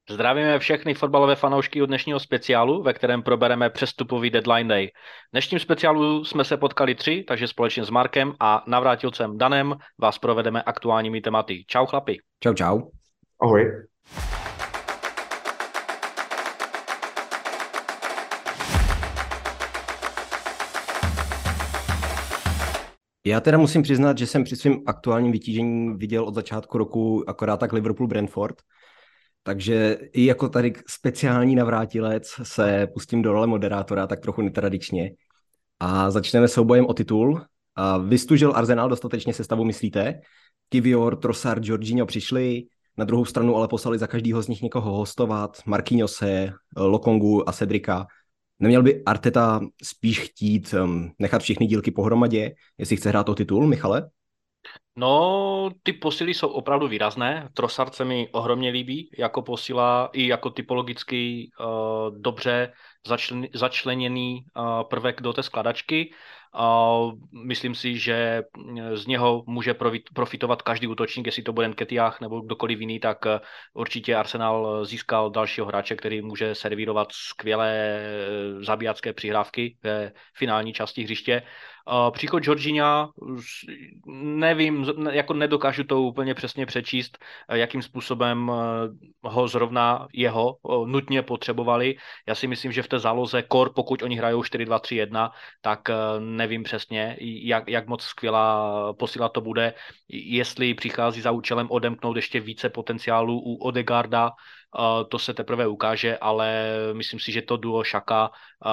Zdravíme všechny fotbalové fanoušky u dnešního speciálu, ve kterém probereme přestupový deadline day. V dnešním speciálu jsme se potkali tři, takže společně s Markem a navrátilcem Danem vás provedeme aktuálními tématy. Čau chlapi. Čau, čau. Ahoj. Já teda musím přiznat, že jsem při svém aktuálním vytížení viděl od začátku roku akorát tak Liverpool-Brentford, takže i jako tady speciální navrátilec se pustím do role moderátora tak trochu netradičně a začneme soubojem o titul. Vystužil Arsenal dostatečně sestavu, myslíte? Kiwior, Trossard, Jorginho přišli, na druhou stranu ale poslali za každýho z nich někoho hostovat, Marquinhose, Lokongu a Cedrika. Neměl by Arteta spíš chtít nechat všechny dílky pohromadě, jestli chce hrát o titul, Michale? No, ty posily jsou opravdu výrazné. Trossard se mi ohromně líbí jako posila i jako typologicky dobře začleněný prvek do té skladačky. Myslím si, že z něho může profitovat každý útočník, jestli to bude Nketiah nebo kdokoliv jiný, tak určitě Arsenal získal dalšího hráče, který může servírovat skvělé zabíjacké přihrávky ve finální části hřiště. Příchod Jorginha, nevím, jako nedokážu to úplně přesně přečíst, jakým způsobem ho zrovna nutně potřebovali. Já si myslím, že v té záloze pokud oni hrajou 4-2-3-1, tak nevím přesně, jak moc skvělá posila to bude, jestli přichází za účelem odemknout ještě více potenciálu u Odegaarda, to se teprve ukáže, ale myslím si, že to duo Xhaka,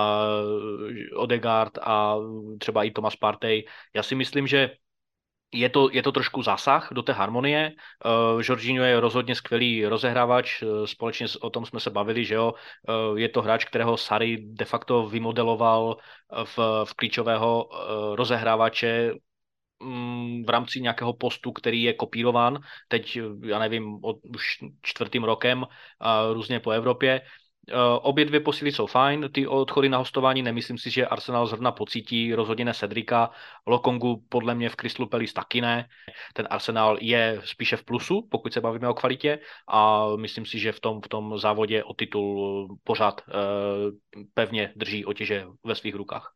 Odegaard a třeba i Thomas Partey, já si myslím, že je to trošku zásah do té harmonie. Jorginho je rozhodně skvělý rozehrávač, společně o tom jsme se bavili, že jo. Je to hráč, kterého Sarri de facto vymodeloval v klíčového rozehrávače v rámci nějakého postu, který je kopírován teď, já nevím, už čtvrtým rokem různě po Evropě. Obě dvě posily jsou fajn, ty odchody na hostování nemyslím si, že Arsenal zrovna pocítí, rozhodně ne Cedrika, Lokongu podle mě v Crystal Palace taky ne. Ten Arsenal je spíše v plusu, pokud se bavíme o kvalitě, a myslím si, že v tom závodě o titul pořád pevně drží otěže ve svých rukách.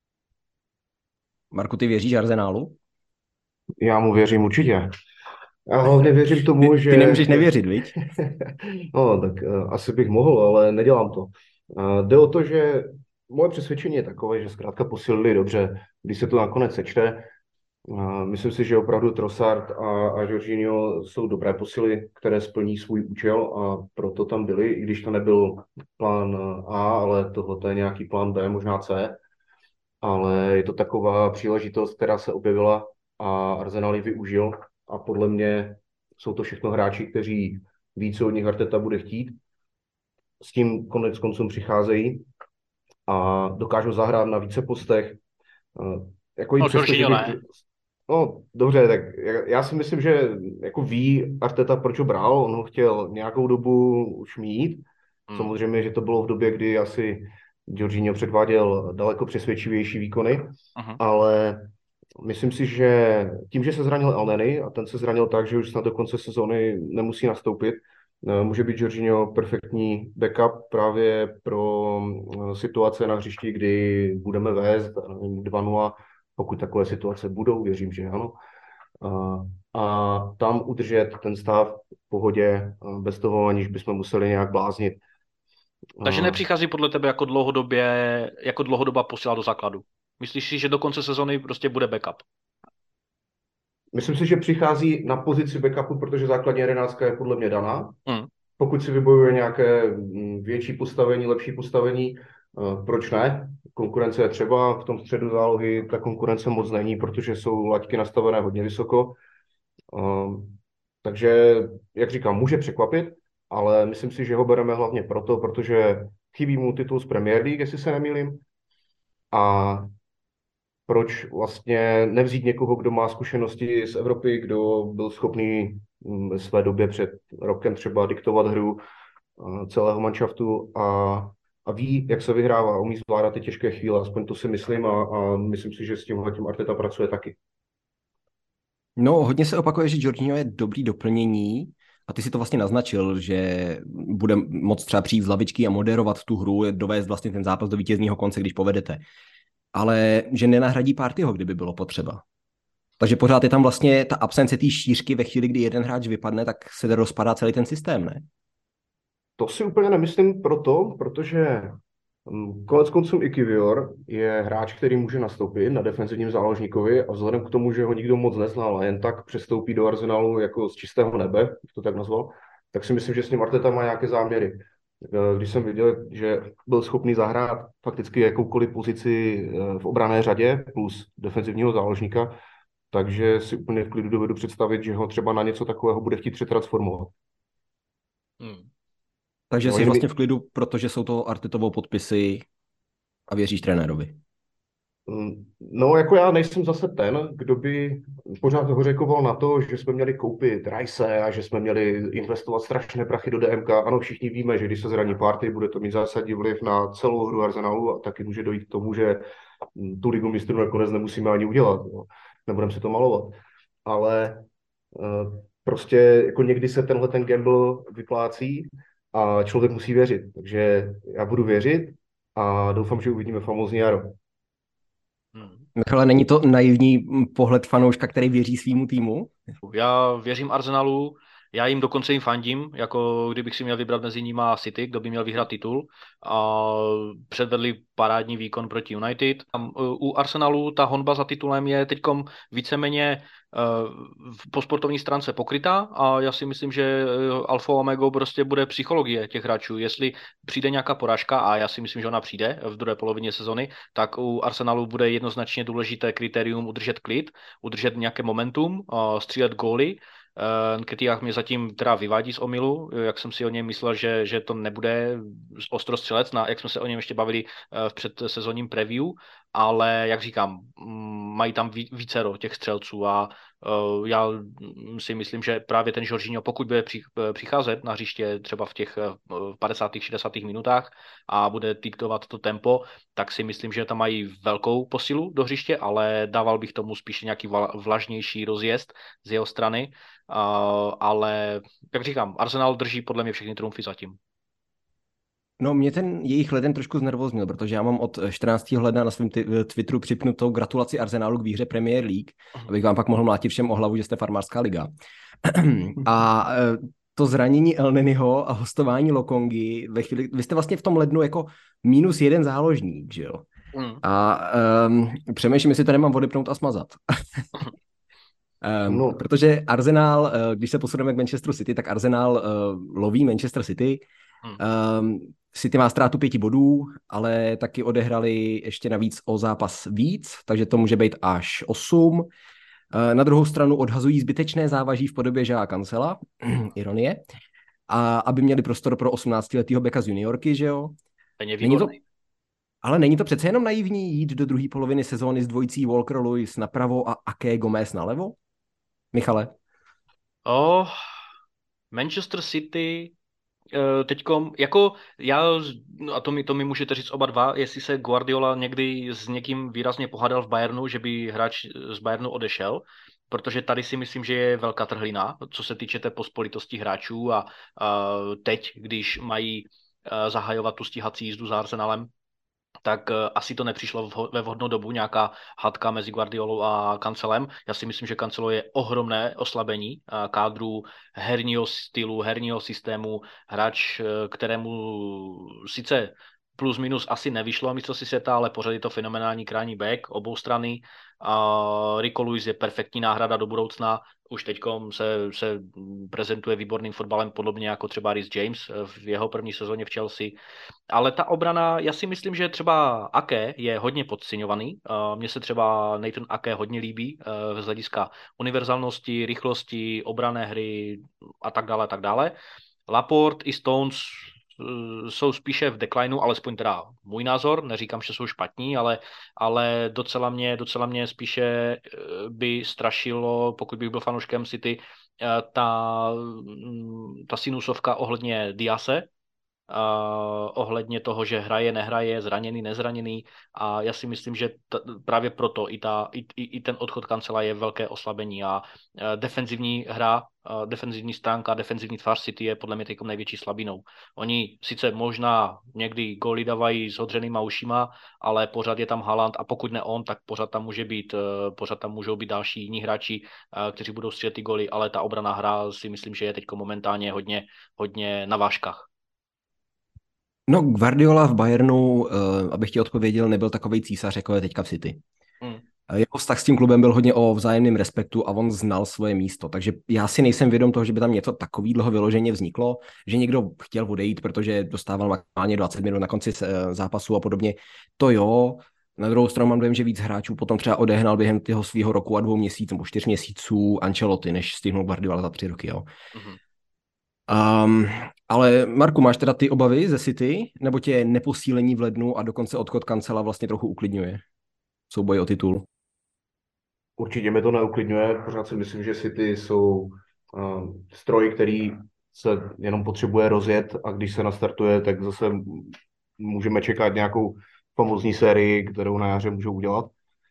Marku, ty věříš Arsenálu? Já mu věřím určitě. Já hlavně věřím tomu, že... Ty nemůžeš nevěřit, viď? No, tak asi bych mohl, ale nedělám to. Jde o to, že moje přesvědčení je takové, že zkrátka posílili dobře, když se to nakonec sečte. Myslím si, že opravdu Trossard a Jorginho jsou dobré posily, které splní svůj účel a proto tam byli, i když to nebyl plán A, ale tohle je nějaký plán B, možná C. Ale je to taková příležitost, která se objevila a Arsenal ji využil a podle mě jsou to všechno hráči, kteří ví, co od nich Arteta bude chtít. S tím konec konců přicházejí a dokážou zahrát na více postech. Jako No, Jorginho ne. No, dobře, tak já si myslím, že jako ví Arteta, proč ho bral, on ho chtěl nějakou dobu už mít. Samozřejmě, že to bylo v době, kdy asi Jorginho předváděl daleko přesvědčivější výkony, ale myslím si, že tím, že se zranil Elneny a ten se zranil tak, že už snad do konce sezóny nemusí nastoupit, může být Jorginho perfektní backup právě pro situace na hřišti, kdy budeme vést 2-0, pokud takové situace budou, věřím, že ano. A tam udržet ten stav v pohodě, bez toho, aniž bychom museli nějak bláznit. Takže nepřichází podle tebe jako dlouhodobá posila do základu. Myslíš si, že do konce sezony prostě bude backup? Myslím si, že přichází na pozici backupu, protože základní jedenáctka je podle mě daná. Pokud si vybojuje nějaké větší postavení, lepší postavení, proč ne? Konkurence je třeba, v tom středu zálohy ta konkurence moc není, protože jsou laťky nastavené hodně vysoko. Takže, jak říkám, může překvapit, ale myslím si, že ho bereme hlavně proto, protože chybí mu titul z Premier League, jestli se nemýlím. A proč vlastně nevzít někoho, kdo má zkušenosti z Evropy, kdo byl schopný ve své době před rokem třeba diktovat hru celého manšaftu a ví, jak se vyhrává, umí zvládat ty těžké chvíle, aspoň to si myslím a myslím si, že s tímhletím Arteta pracuje taky. No, hodně se opakuje, že Jorginho je dobrý doplnění, A ty si to vlastně naznačil, že bude moc třeba přijít z lavičky a moderovat tu hru, dovést vlastně ten zápas do vítězného konce, když povedete. Ale že nenahradí Partyho, kdyby bylo potřeba. Takže pořád je tam vlastně ta absence té šířky ve chvíli, kdy jeden hráč vypadne, tak se rozpadá celý ten systém, ne? To si úplně nemyslím protože konec konců i Kivior je hráč, který může nastoupit na defenzivním záložníkovi a vzhledem k tomu, že ho nikdo moc neznal a jen tak přestoupí do Arsenalu jako z čistého nebe, bych to tak nazval, tak si myslím, že s ním Arteta má nějaké záměry. Když jsem viděl, že byl schopný zahrát fakticky jakoukoliv pozici v obranné řadě plus defenzivního záložníka, takže si úplně v klidu dovedu představit, že ho třeba na něco takového bude chtít přetransformovat. Takže No, jsi vlastně v klidu, protože jsou to Artetovo podpisy a věříš trenérovi. No, jako já nejsem zase ten, kdo by pořád hořekoval na to, že jsme měli koupit Rice a že jsme měli investovat strašné prachy do DMK. Ano, všichni víme, že když se zraní Partey, bude to mít zásadní vliv na celou hru Arsenalu a taky může dojít k tomu, že tu ligu mistrů nakonec nemusíme ani udělat. Jo. Nebudeme si to malovat. Ale prostě jako někdy se tenhle ten gamble vyplácí a člověk musí věřit. Takže já budu věřit a doufám, že uvidíme famózní jaro. Michale, není to naivní pohled fanouška, který věří svýmu týmu? Já věřím Arsenalu, já jim dokonce jim fandím, jako kdybych si měl vybrat mezi nimi a City, kdo by měl vyhrát titul. A předvedli parádní výkon proti United. A u Arsenalu ta honba za titulem je teďkom víceméně po sportovní stránce pokrytá a já si myslím, že alfa a omega prostě bude psychologie těch hráčů. Jestli přijde nějaká porážka, a já si myslím, že ona přijde v druhé polovině sezony, tak u Arsenalu bude jednoznačně důležité kritérium udržet klid, udržet nějaké momentum, střílet góly. Nketiah mě zatím teda vyvádí z omylu, jak jsem si o něm myslel, že to nebude ostrostřelec, jak jsme se o něm ještě bavili v předsezonním preview, ale jak říkám, mají tam vícero těch střelců a já si myslím, že právě ten Jorginho, pokud bude přicházet na hřiště třeba v těch 50. 60. minutách a bude diktovat to tempo, tak si myslím, že tam mají velkou posilu do hřiště, ale dával bych tomu spíše nějaký vlažnější rozjezd z jeho strany, ale jak říkám, Arsenal drží podle mě všechny trumfy zatím. No, mě ten jejich leden trošku znervoznil, protože já mám od 14. ledna na svém Twitteru připnutou gratulaci Arsenalu k výhře Premier League, abych vám pak mohl mlátit všem o hlavu, že jste farmářská liga. A to zranění Elnenyho a hostování Lokongy, ve chvíli, vy jste vlastně v tom lednu jako -1 záložník, že jo? A přemýšlím, jestli to nemám odepnout a smazat. Protože Arsenal, když se posuneme k Manchesteru City, tak Arsenal loví Manchester City. City má ztrátu 5 bodů, ale taky odehrali ještě navíc o zápas víc, takže to může být až 8. Na druhou stranu odhazují zbytečné závaží v podobě Joao Cancela, ironie, a aby měli prostor pro 18letého beka z juniorky, že jo? Ale není to přece jenom naivní jít do druhé poloviny sezóny s dvojicí Walker-Lewis napravo a Ake Gomez nalevo? Michale? Manchester City teďkom, jako já, a to mi můžete říct oba dva, jestli se Guardiola někdy s někým výrazně pohádal v Bayernu, že by hráč z Bayernu odešel, protože tady si myslím, že je velká trhlina, co se týče té pospolitosti hráčů a teď, když mají zahajovat tu stíhací jízdu za Arsenalem, tak asi to nepřišlo ve vhodnou dobu, nějaká hadka mezi Guardiolou a Cancelem. Já si myslím, že Cancelo je ohromné oslabení kádru, herního stylu, herního systému, hráč, kterému sice plus minus asi nevyšlo mistrovství světa, ale pořád je to fenomenální krajní back obou strany. Rico Lewis je perfektní náhrada do budoucna. Už teďkom se prezentuje výborným fotbalem, podobně jako třeba Reece James v jeho první sezóně v Chelsea. Ale ta obrana, já si myslím, že třeba Ake je hodně podceňovaný. Mně se třeba Nathan Ake hodně líbí z hlediska univerzálnosti, rychlosti, obranné hry a tak dále, tak dále. Laporte i Stones jsou spíše v declineu, alespoň teda můj názor, neříkám, že jsou špatní, ale docela mě spíše by strašilo, pokud bych byl fanouškem City, ta sinusovka ohledně Diase, ohledně toho, že hraje, nehraje, zraněný, nezraněný a já si myslím, že právě proto i ten odchod Kancela je velké oslabení a defenzivní hra, defenzivní stránka, defenzivní tvář City je podle mě teď největší slabinou. Oni sice možná někdy góly dávají s odřenýma ušima, ale pořád je tam Haaland a pokud ne on, tak pořád tam můžou být další jiní hráči, kteří budou střílet ty góly, ale ta obranná hra si myslím, že je teď momentálně hodně na vážkách. No, Guardiola v Bayernu, abych ti odpověděl, nebyl takovej císař, jako je teďka v City. Jeho vztah s tím klubem byl hodně o vzájemném respektu a on znal svoje místo. Takže já si nejsem vědom toho, že by tam něco takového vyloženě vzniklo, že někdo chtěl odejít, protože dostával maximálně 20 minut na konci zápasu a podobně. To jo. Na druhou stranu mám dojem, že víc hráčů potom třeba odehnal během toho svého roku a 2 měsíců nebo 4 měsíců Ancelotti, než stihnul Guardiola za 3 roky. Jo. Mm-hmm. Ale Marku, máš teda ty obavy ze City, nebo tě neposílení v lednu a dokonce odchod Cancela vlastně trochu uklidňuje v souboji o titul? Určitě mě to neuklidňuje, pořád si myslím, že City jsou stroj, který se jenom potřebuje rozjet a když se nastartuje, tak zase můžeme čekat nějakou famózní sérii, kterou na jaře můžou udělat.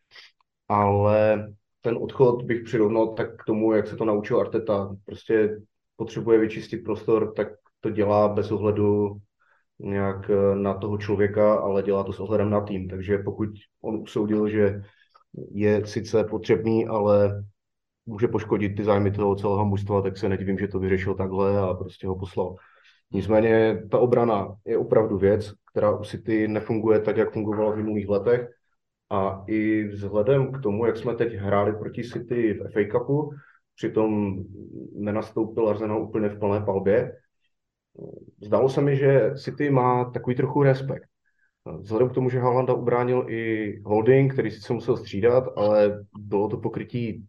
Ale ten odchod bych přirovnal tak k tomu, jak se to naučil Arteta. Prostě potřebuje vyčistit prostor, tak to dělá bez ohledu nějak na toho člověka, ale dělá to s ohledem na tým. Takže pokud on usoudil, že je sice potřebný, ale může poškodit ty zájmy toho celého mužstva, tak se nedivím, že to vyřešil takhle a prostě ho poslal. Nicméně ta obrana je opravdu věc, která u City nefunguje tak, jak fungovala v minulých letech. A i vzhledem k tomu, jak jsme teď hráli proti City v FA Cupu, přitom nenastoupil Arsenal úplně v plné palbě, zdálo se mi, že City má takový trochu respekt. Vzhledem k tomu, že Haalanda ubránil i Holding, který sice musel střídat, ale bylo to pokrytí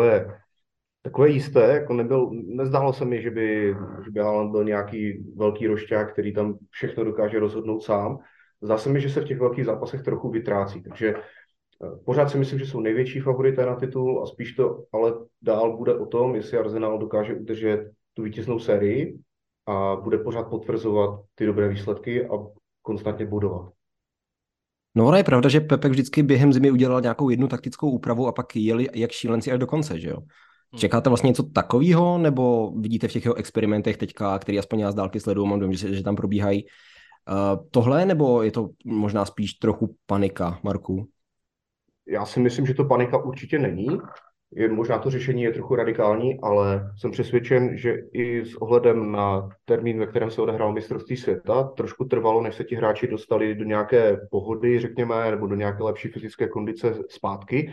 takové jisté, jako nezdálo se mi, že by Haaland byl nějaký velký rošťák, který tam všechno dokáže rozhodnout sám. Zdá se mi, že se v těch velkých zápasech trochu vytrácí, takže pořád si myslím, že jsou největší favorité na titul a spíš to ale dál bude o tom, jestli Arsenal dokáže udržet tu vítěznou sérii a bude pořád potvrzovat ty dobré výsledky a konstantně budovat. No, ale je pravda, že Pepek vždycky během zimy udělal nějakou jednu taktickou úpravu a pak jeli jak šílenci až do konce, že jo? Čekáte vlastně něco takového, nebo vidíte v těch jeho experimentech teďka, který aspoň já z dálky sleduju, mám dojem, že tam probíhají tohle, nebo je to možná spíš trochu panika, Marku? Já si myslím, že to panika určitě není. Možná to řešení je trochu radikální, ale jsem přesvědčen, že i s ohledem na termín, ve kterém se odehrál mistrovství světa, trošku trvalo, než se ti hráči dostali do nějaké pohody, řekněme, nebo do nějaké lepší fyzické kondice zpátky.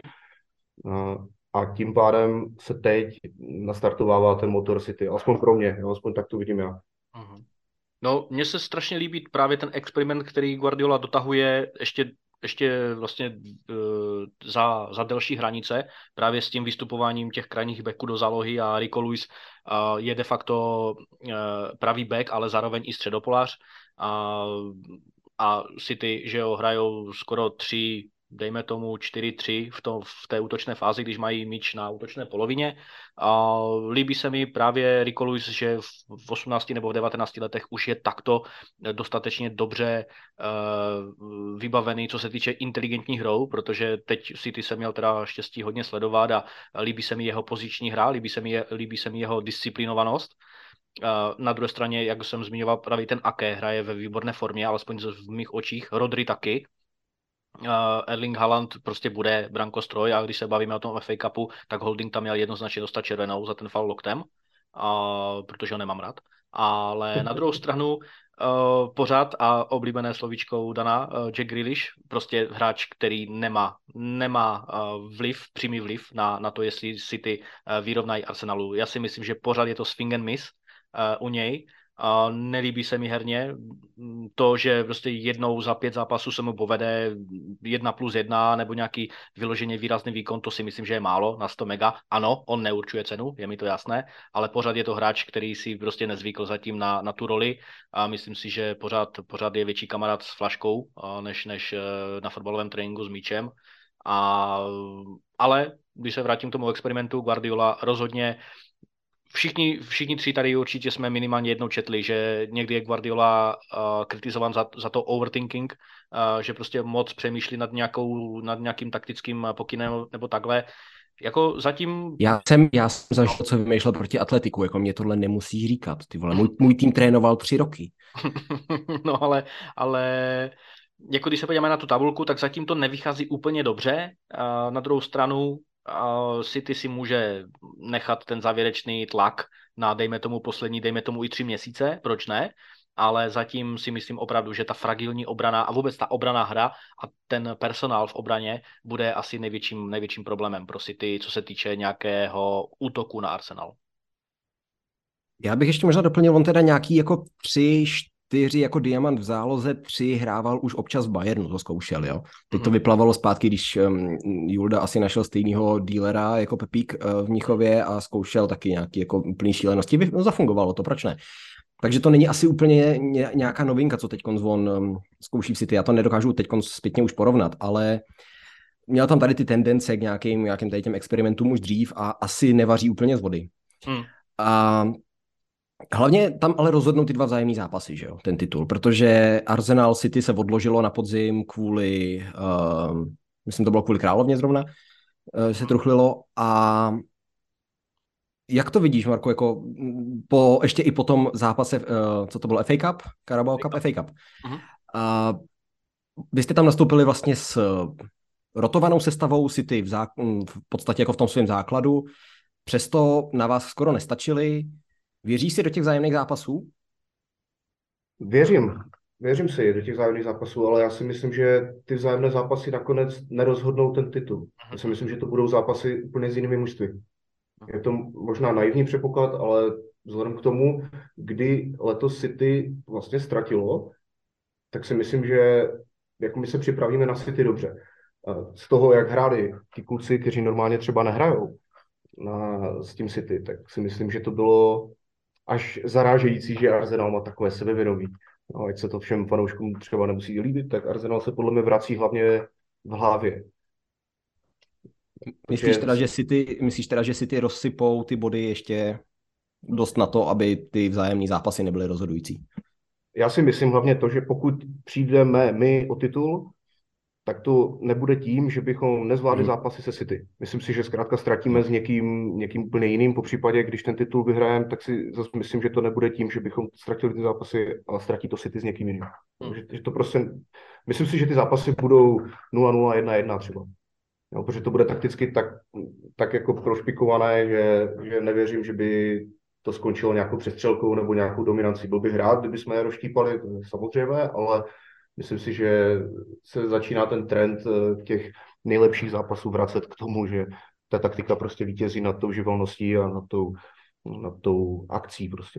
A tím pádem se teď nastartovává ten motor City. Alespoň pro mě, alespoň tak to vidím já. No, mně se strašně líbí právě ten experiment, který Guardiola dotahuje ještě vlastně za delší hranice, právě s tím vystupováním těch krajních backů do zálohy a Rico Lewis je de facto pravý back, ale zároveň i středopolář a City, že jo, hrajou skoro 3, dejme tomu 4-3 v té útočné fázi, když mají míč na útočné polovině. A líbí se mi právě Rico Lewis, že v 18 nebo v 19 letech už je takto dostatečně dobře vybavený, co se týče inteligentní hrou, protože teď City jsem měl teda štěstí hodně sledovat a líbí se mi jeho poziční hra, líbí se mi jeho disciplinovanost. Na druhé straně, jak jsem zmiňoval, právě ten Ake hraje ve výborné formě, alespoň v mých očích, Rodri taky. Erling Haaland prostě bude brankostroj a když se bavíme o tom FA Cupu, tak Holding tam měl jednoznačně dostat červenou za ten foul loktem, protože ho nemám rád. Ale na druhou stranu pořád a oblíbené slovíčkou Dana, Jack Grealish, prostě hráč, který nemá přímý vliv na to, jestli City vyrovnají Arsenalu. Já si myslím, že pořád je to swing and miss u něj. A nelíbí se mi herně to, že prostě jednou za 5 zápasů se mu povede 1+1 nebo nějaký vyloženě výrazný výkon, to si myslím, že je málo na 100 mega. Ano, on neurčuje cenu, je mi to jasné, ale pořád je to hráč, který si prostě nezvykl zatím na tu roli a myslím si, že pořád je větší kamarád s flaškou, než na fotbalovém tréninku s míčem. Ale když se vrátím k tomu experimentu, Guardiola rozhodně všichni tři tady určitě jsme minimálně jednou četli, že někdy je Guardiola kritizovan za to overthinking, že prostě moc přemýšlí nad nějakým taktickým pokynem nebo takhle. Jako zatím... Já jsem zažil, co vymýšlel proti Atletiku, jako mě tohle nemusí říkat, ty vole. Můj tým trénoval 3 roky. No ale jako když se podíváme na tu tabulku, tak zatím to nevychází úplně dobře. Na druhou stranu City si může nechat ten závěrečný tlak na, dejme tomu i 3 měsíce, proč ne? Ale zatím si myslím opravdu, že ta fragilní obrana a vůbec ta obrana hra a ten personál v obraně bude asi největším problémem pro City, co se týče nějakého útoku na Arsenal. Já bych ještě možná doplnil, on teda nějaký jako 3-4 jako diamant v záloze, 3 hrával už občas v Bayernu, to zkoušel, jo. Teď to vyplavalo zpátky, když Julda asi našel stejného dílera jako Pepík v Mnichově a zkoušel taky nějaký jako úplný šílenosti. No, zafungovalo to, proč ne? Takže to není asi úplně nějaká novinka, co teď on zkouší v City. Já to nedokážu teď zpětně už porovnat, ale měl tam tady ty tendence k nějakým tady těm experimentům už dřív a asi nevaří úplně z vody. A hlavně tam ale rozhodnou ty 2 vzájemný zápasy, že jo, ten titul, protože Arsenal City se odložilo na podzim kvůli, myslím, to bylo kvůli Královně zrovna, se truchlilo. A jak to vidíš, Marko, jako ještě i po tom zápase, co to bylo, FA Cup? Carabao Cup? FA Cup. Vy jste tam nastoupili vlastně s rotovanou sestavou City v podstatě jako v tom svém základu, přesto na vás skoro nestačili. Věříš si do těch vzájemných zápasů? Věřím si do těch vzájemných zápasů, ale já si myslím, že ty vzájemné zápasy nakonec nerozhodnou ten titul. Já si myslím, že to budou zápasy úplně s jinými mužstvy. Je to možná naivní předpoklad, ale vzhledem k tomu, kdy letos City vlastně ztratilo, tak si myslím, že jako my se připravíme na City dobře. Z toho, jak hráli ti kluci, kteří normálně třeba nehrajou s tím City, tak si myslím, že to bylo až zarážející, že Arsenal má takové sebevědomí. No, ať se to všem fanouškům třeba nemusí líbit, tak Arsenal se podle mě vrací hlavně v hlavě. Myslíš teda, že City rozsypou ty body ještě dost na to, aby ty vzájemné zápasy nebyly rozhodující? Já si myslím hlavně to, že pokud přijdeme my o titul, tak to nebude tím, že bychom nezvládli zápasy se City. Myslím si, že zkrátka ztratíme s někým úplně jiným. Po případě, když ten titul vyhrajeme, tak si zase myslím, že to nebude tím, že bychom ztratili ty zápasy, ale ztratí to City s někým jiným. Že to prostě, myslím si, že ty zápasy budou 0-0, 1-1 třeba. Jo, protože to bude takticky tak jako prošpikované, že nevěřím, že by to skončilo nějakou přestřelkou nebo nějakou dominancí. Byl bych rád, kdyby jsme je rozštípali, to je samozřejmě, ale myslím si, že se začíná ten trend těch nejlepších zápasů vracet k tomu, že ta taktika prostě vítězí nad tou živelností a nad tou akcí prostě.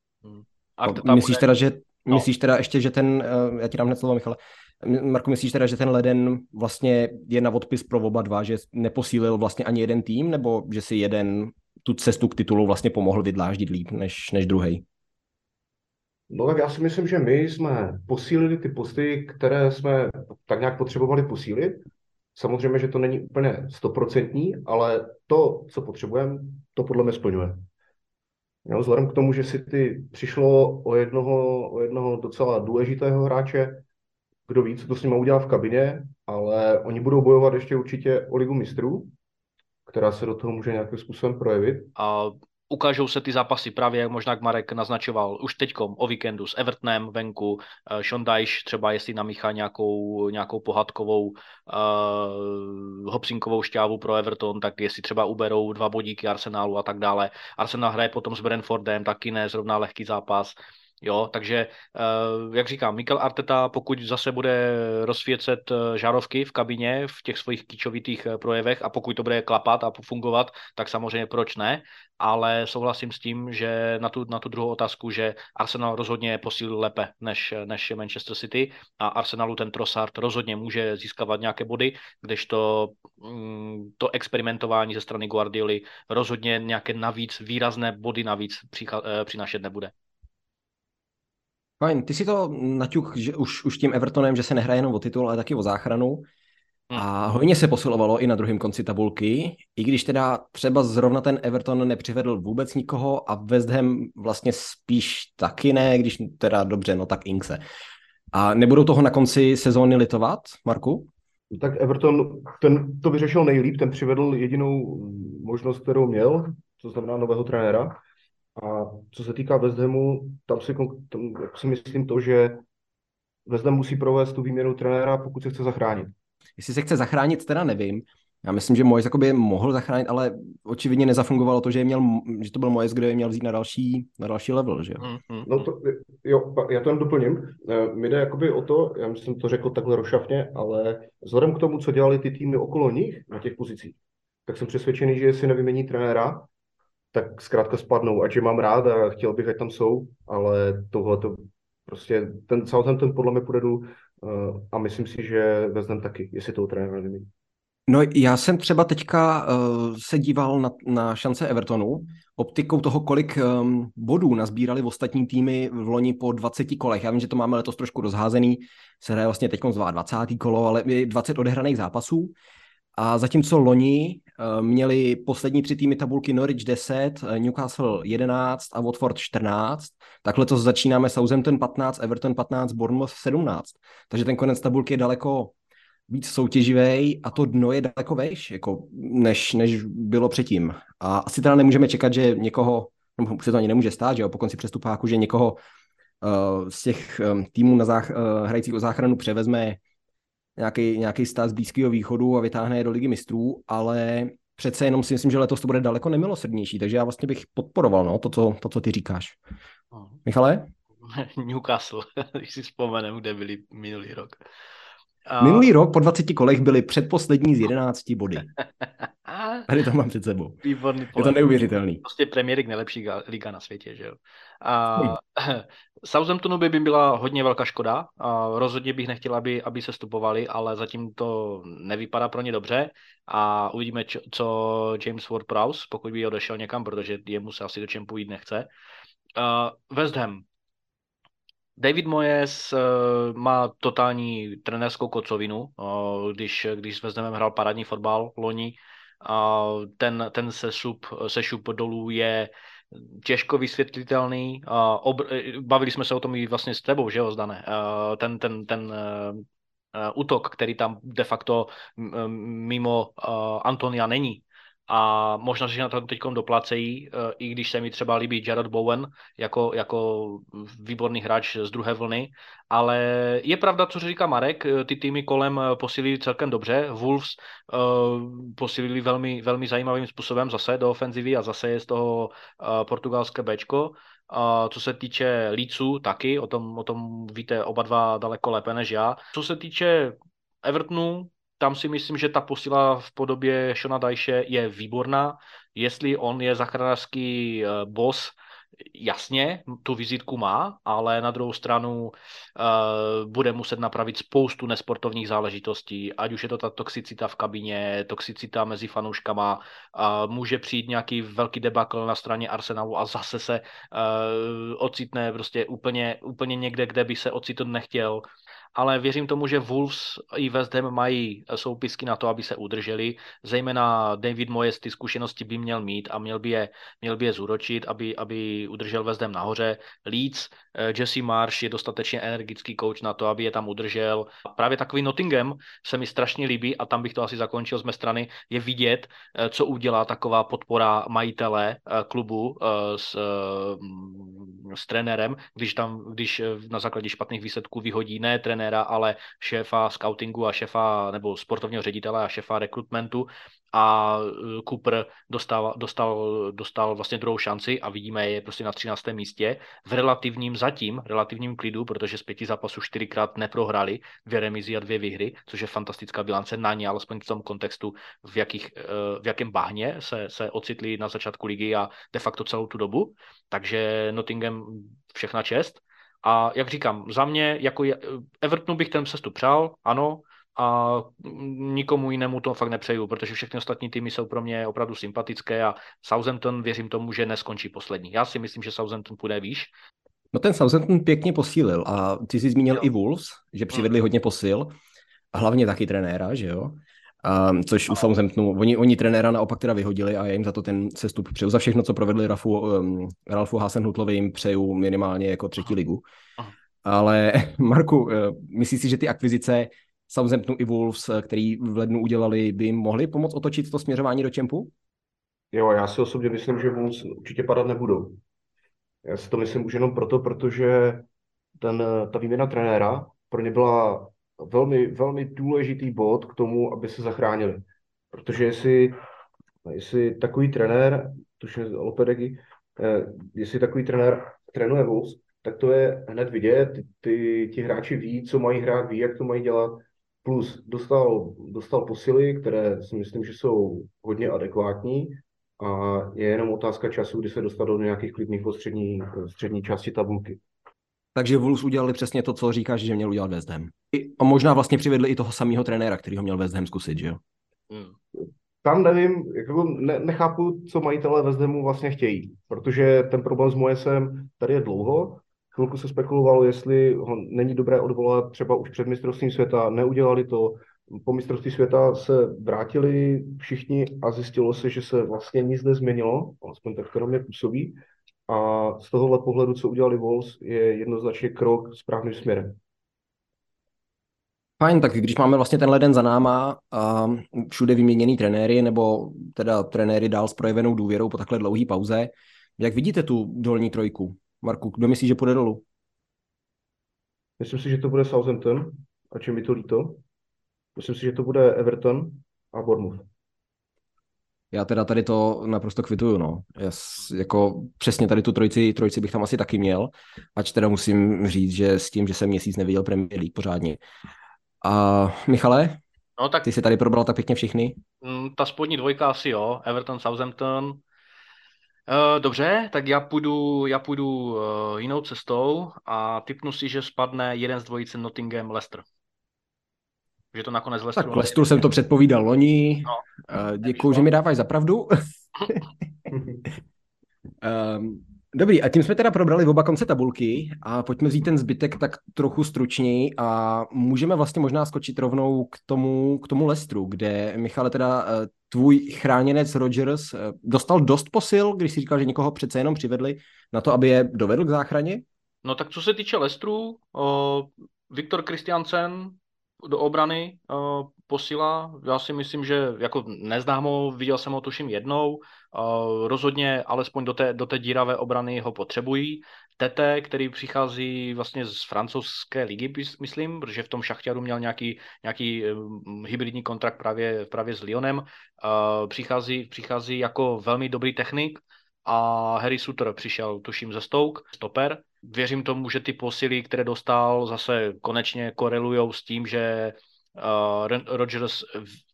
Myslíš teda ještě, že já ti dám hned slovo, Michale, Marko, myslíš teda, že ten leden vlastně je na odpis pro oba dva, že neposílil vlastně ani jeden tým, nebo že si jeden tu cestu k titulu vlastně pomohl vydláždit líp než druhej? No tak já si myslím, že my jsme posílili ty posty, které jsme tak nějak potřebovali posílit. Samozřejmě, že to není úplně 100%, ale to, co potřebujeme, to podle mě splňuje. Jo, vzhledem k tomu, že City přišlo o jednoho docela důležitého hráče, kdo ví, co to s nimi udělá v kabině, ale oni budou bojovat ještě určitě o Ligu mistrů, která se do toho může nějakým způsobem projevit. A ukážou se ty zápasy právě, jak možná Marek naznačoval, už teďkom o víkendu s Evertonem venku, Sean Dyche třeba jestli namíchá nějakou pohádkovou hopsinkovou šťávu pro Everton, tak jestli třeba uberou 2 bodíky Arsenalu a tak dále. Arsenal hraje potom s Brentfordem, taky ne zrovna lehký zápas. Jo, takže, jak říkám, Mikel Arteta, pokud zase bude rozsvícet žárovky v kabině v těch svých kýčovitých projevech a pokud to bude klapat a fungovat, tak samozřejmě proč ne, ale souhlasím s tím, že na tu druhou otázku, že Arsenal rozhodně posílil lépe než Manchester City a Arsenalu ten Trossard rozhodně může získávat nějaké body, kdežto to experimentování ze strany Guardioli rozhodně nějaké výrazné body navíc přinášet nebude. Fajn, ty si to naťuk, že už tím Evertonem, že se nehraje jenom o titul, ale taky o záchranu. A hojně se posilovalo i na druhém konci tabulky, i když teda třeba zrovna ten Everton nepřivedl vůbec nikoho a West Ham vlastně spíš taky ne, když teda dobře, no tak Inkse. A nebudou toho na konci sezóny litovat, Marku? Tak Everton ten to vyřešil nejlíp, ten přivedl jedinou možnost, kterou měl, to znamená nového trenéra. A co se týká West Hamu, tam si myslím to, že West Ham musí provést tu výměnu trenéra, pokud se chce zachránit. Jestli se chce zachránit, teda nevím. Já myslím, že Moyes jakoby mohl zachránit, ale očividně nezafungovalo to, že to byl Moyes, kdo je měl vzít na další level, že jo? No jo, já to jen doplním. Mi jde jakoby o to, já jsem to řekl takhle rošafně, ale vzhledem k tomu, co dělali ty týmy okolo nich na těch pozicích, tak jsem přesvědčený, že jestli nevymění trenéra, tak zkrátka spadnou. Ať je mám rád a chtěl bych, ať tam jsou, ale tohle to prostě, ten Southampton podle mě půjde dolů a myslím si, že West Ham taky, jestli toho trenéra nevymění. No já jsem třeba teďka se díval na šance Evertonu optikou toho, kolik bodů nazbírali v ostatní týmy v loni po 20 kolech. Já vím, že to máme letos trošku rozházený, se hraje vlastně teď 20. kolo, ale je 20 odehraných zápasů. A zatímco loni měli poslední 3 týmy tabulky Norwich 10, Newcastle 11 a Watford 14, tak letos začínáme Southampton 15, Everton 15, Bournemouth 17. Takže ten konec tabulky je daleko víc soutěživý a to dno je daleko vejš, jako než bylo předtím. A asi teda nemůžeme čekat, že někoho, nebo se to ani nemůže stát, že jo, po konci přestupáku, že někoho z těch týmů hrajících o záchranu převezme nějaký stát z Blízkého východu a vytáhne je do Ligy mistrů, ale přece jenom si myslím, že letos to bude daleko nemilosrdnější, takže já vlastně bych podporoval to, co ty říkáš. Michale? Newcastle, když si vzpomenem, kde byli minulý rok. Minulý rok po 20 kolech byli předposlední z 11 body. Tady to mám před sebou. Výborný je to neuvěřitelný. Prostě Premier League nejlepší liga na světě, že jo. Southamptonu by byla hodně velká škoda. Rozhodně bych nechtěl, aby se stupovali, ale zatím to nevypadá pro ně dobře. A uvidíme, co James Ward-Prowse, pokud by odešel někam, protože jemu se asi do čempu jít nechce. West Ham. David Moyes má totální trenérskou kocovinu, když s West Hamem hrál parádní fotbal loni. Ten sešup dolů je těžko vysvětlitelný. Bavili jsme se o tom i vlastně s tebou, že jo, Zdane? Ten útok, který tam de facto mimo Antonia není. A možná, že na to teď doplácejí, i když se mi třeba líbí Jarrod Bowen jako výborný hráč z druhé vlny, ale je pravda, co říká Marek, ty týmy kolem posílili celkem dobře, Wolves posílili velmi, velmi zajímavým způsobem zase do ofenzivy a zase je z toho portugalské Bčko. Co se týče Leedsu, taky, o tom víte oba dva daleko lépe než já. Co se týče Evertonu, tam si myslím, že ta posila v podobě Shona Dyche je výborná. Jestli on je záchranářský boss, jasně, tu vizitku má, ale na druhou stranu bude muset napravit spoustu nesportovních záležitostí, ať už je to ta toxicita v kabině, toxicita mezi fanouškama, může přijít nějaký velký debakl na straně Arsenalu a zase se ocitne prostě úplně někde, kde by se ocitnout nechtěl. Ale věřím tomu, že Wolves i West Ham mají soupisky na to, aby se udrželi. Zejména David Moyes ty zkušenosti by měl mít a měl by je zúročit, aby udržel West Ham nahoře. Leeds, Jesse Marsh je dostatečně energický coach na to, aby je tam udržel. Právě takový Nottingham se mi strašně líbí a tam bych to asi zakončil z mé strany, je vidět, co udělá taková podpora majitele klubu s trenérem, když na základě špatných výsledků vyhodí ne trenéra, ale šéfa scoutingu a šéfa nebo sportovního ředitele a šéfa rekrutmentu a Cooper dostal vlastně druhou šanci a vidíme je prostě na 13. místě v relativním klidu, protože z 5 zápasů 4krát neprohrali, 2 remízy a 2 výhry, což je fantastická bilance na ně, alespoň v tom kontextu, v jakém bahně se ocitli na začátku ligy a de facto celou tu dobu. Takže Nottingham všechna čest. A jak říkám, za mě, jako Evertonu bych ten sestup přál, ano, a nikomu jinému to fakt nepřeju, protože všechny ostatní týmy jsou pro mě opravdu sympatické a Southampton věřím tomu, že neskončí poslední. Já si myslím, že Southampton půjde výš. No ten Southampton pěkně posílil a ty jsi zmínil i Wolves, že přivedli hodně posil. hlavně taky trenéra, že jo? Což u Southamptonu, oni trenéra naopak teda vyhodili a já jim za to ten sestup přeju. Za všechno, co provedli Ralfu Hasenhüttlovi, jim přeju minimálně jako 3. ligu. Ale Marku, myslíš si, že ty akvizice Southamptonu i Wolves, který v lednu udělali, by jim mohli pomoct otočit to směřování do čempu? Jo, já si osobně myslím, že Wolves určitě padat nebudou. Já si to myslím už jenom proto, protože ta výměna trenéra pro ně byla velmi, velmi důležitý bod k tomu, aby se zachránili. Protože jestli takový trenér, tuším Lopetegui, jestli takový trenér trénuje Wolves, tak to je hned vidět, ti hráči ví, co mají hrát, ví, jak to mají dělat, plus dostal posily, které si myslím, že jsou hodně adekvátní a je jenom otázka času, kdy se dostanou do nějakých klidných střední části tabulky. Takže Wolves udělali přesně to, co říkáš, že měl udělat West Ham. A možná vlastně přivedli i toho samého trenéra, který ho měl West Ham zkusit, že jo? Tam nevím, jako nechápu, co majitelé West Hamu vlastně chtějí, protože ten problém s Moyesem tady je dlouho. Chvilku se spekulovalo, jestli ho není dobré odvolat třeba už před mistrovstvím světa, neudělali to. Po mistrovství světa se vrátili všichni a zjistilo se, že se vlastně nic nezměnilo, alespoň tak to na mě působí. A z tohohle pohledu, co udělali Wolves, je jednoznačně krok správným směrem. Fajn, tak když máme vlastně ten leden za náma a všude vyměněný trenéry, nebo teda trenéry dál s projevenou důvěrou po takhle dlouhý pauze, jak vidíte tu dolní trojku? Marku, kdo myslí, že půjde dolů? Myslím si, že to bude Southampton, ač je mi to líto. Myslím si, že to bude Everton a Bournemouth. Já teda tady to naprosto kvituju, no. Jako přesně tady tu trojici bych tam asi taky měl, ač teda musím říct, že s tím, že jsem měsíc neviděl Premier League pořádně. A Michale, no, tak ty jsi tady probral tak pěkně všichni? Ta spodní dvojka asi jo, Everton, Southampton. Dobře, tak já půjdu jinou cestou a tipnu si, že spadne jeden z dvojice Nottingham Leicester. Že to nakonec Leicesteru... Tak Leicesteru jsem to předpovídal loni. No, děkuju, že mi dáváš za pravdu. Dobrý, a tím jsme teda probrali oba konce tabulky a pojďme vzít ten zbytek tak trochu stručněji a můžeme vlastně možná skočit rovnou k tomu Leicesteru, kde, Michale, teda tvůj chráněnec Rodgers dostal dost posil, když si říkal, že někoho přece jenom přivedli na to, aby je dovedl k záchraně? No tak co se týče Leicesteru, Viktor Christiansen do obrany posila. Já si myslím, že jako neznám ho, viděl jsem ho tuším jednou, rozhodně alespoň do té díravé obrany ho potřebují. Tete, který přichází vlastně z francouzské ligy, myslím, protože v tom Šachtaru měl nějaký hybridní kontrakt právě s Lyonem, přichází jako velmi dobrý technik a Harry Suter přišel tuším ze Stoke, stoper. Věřím tomu, že ty posily, které dostal, zase konečně korelujou s tím, že Rodgers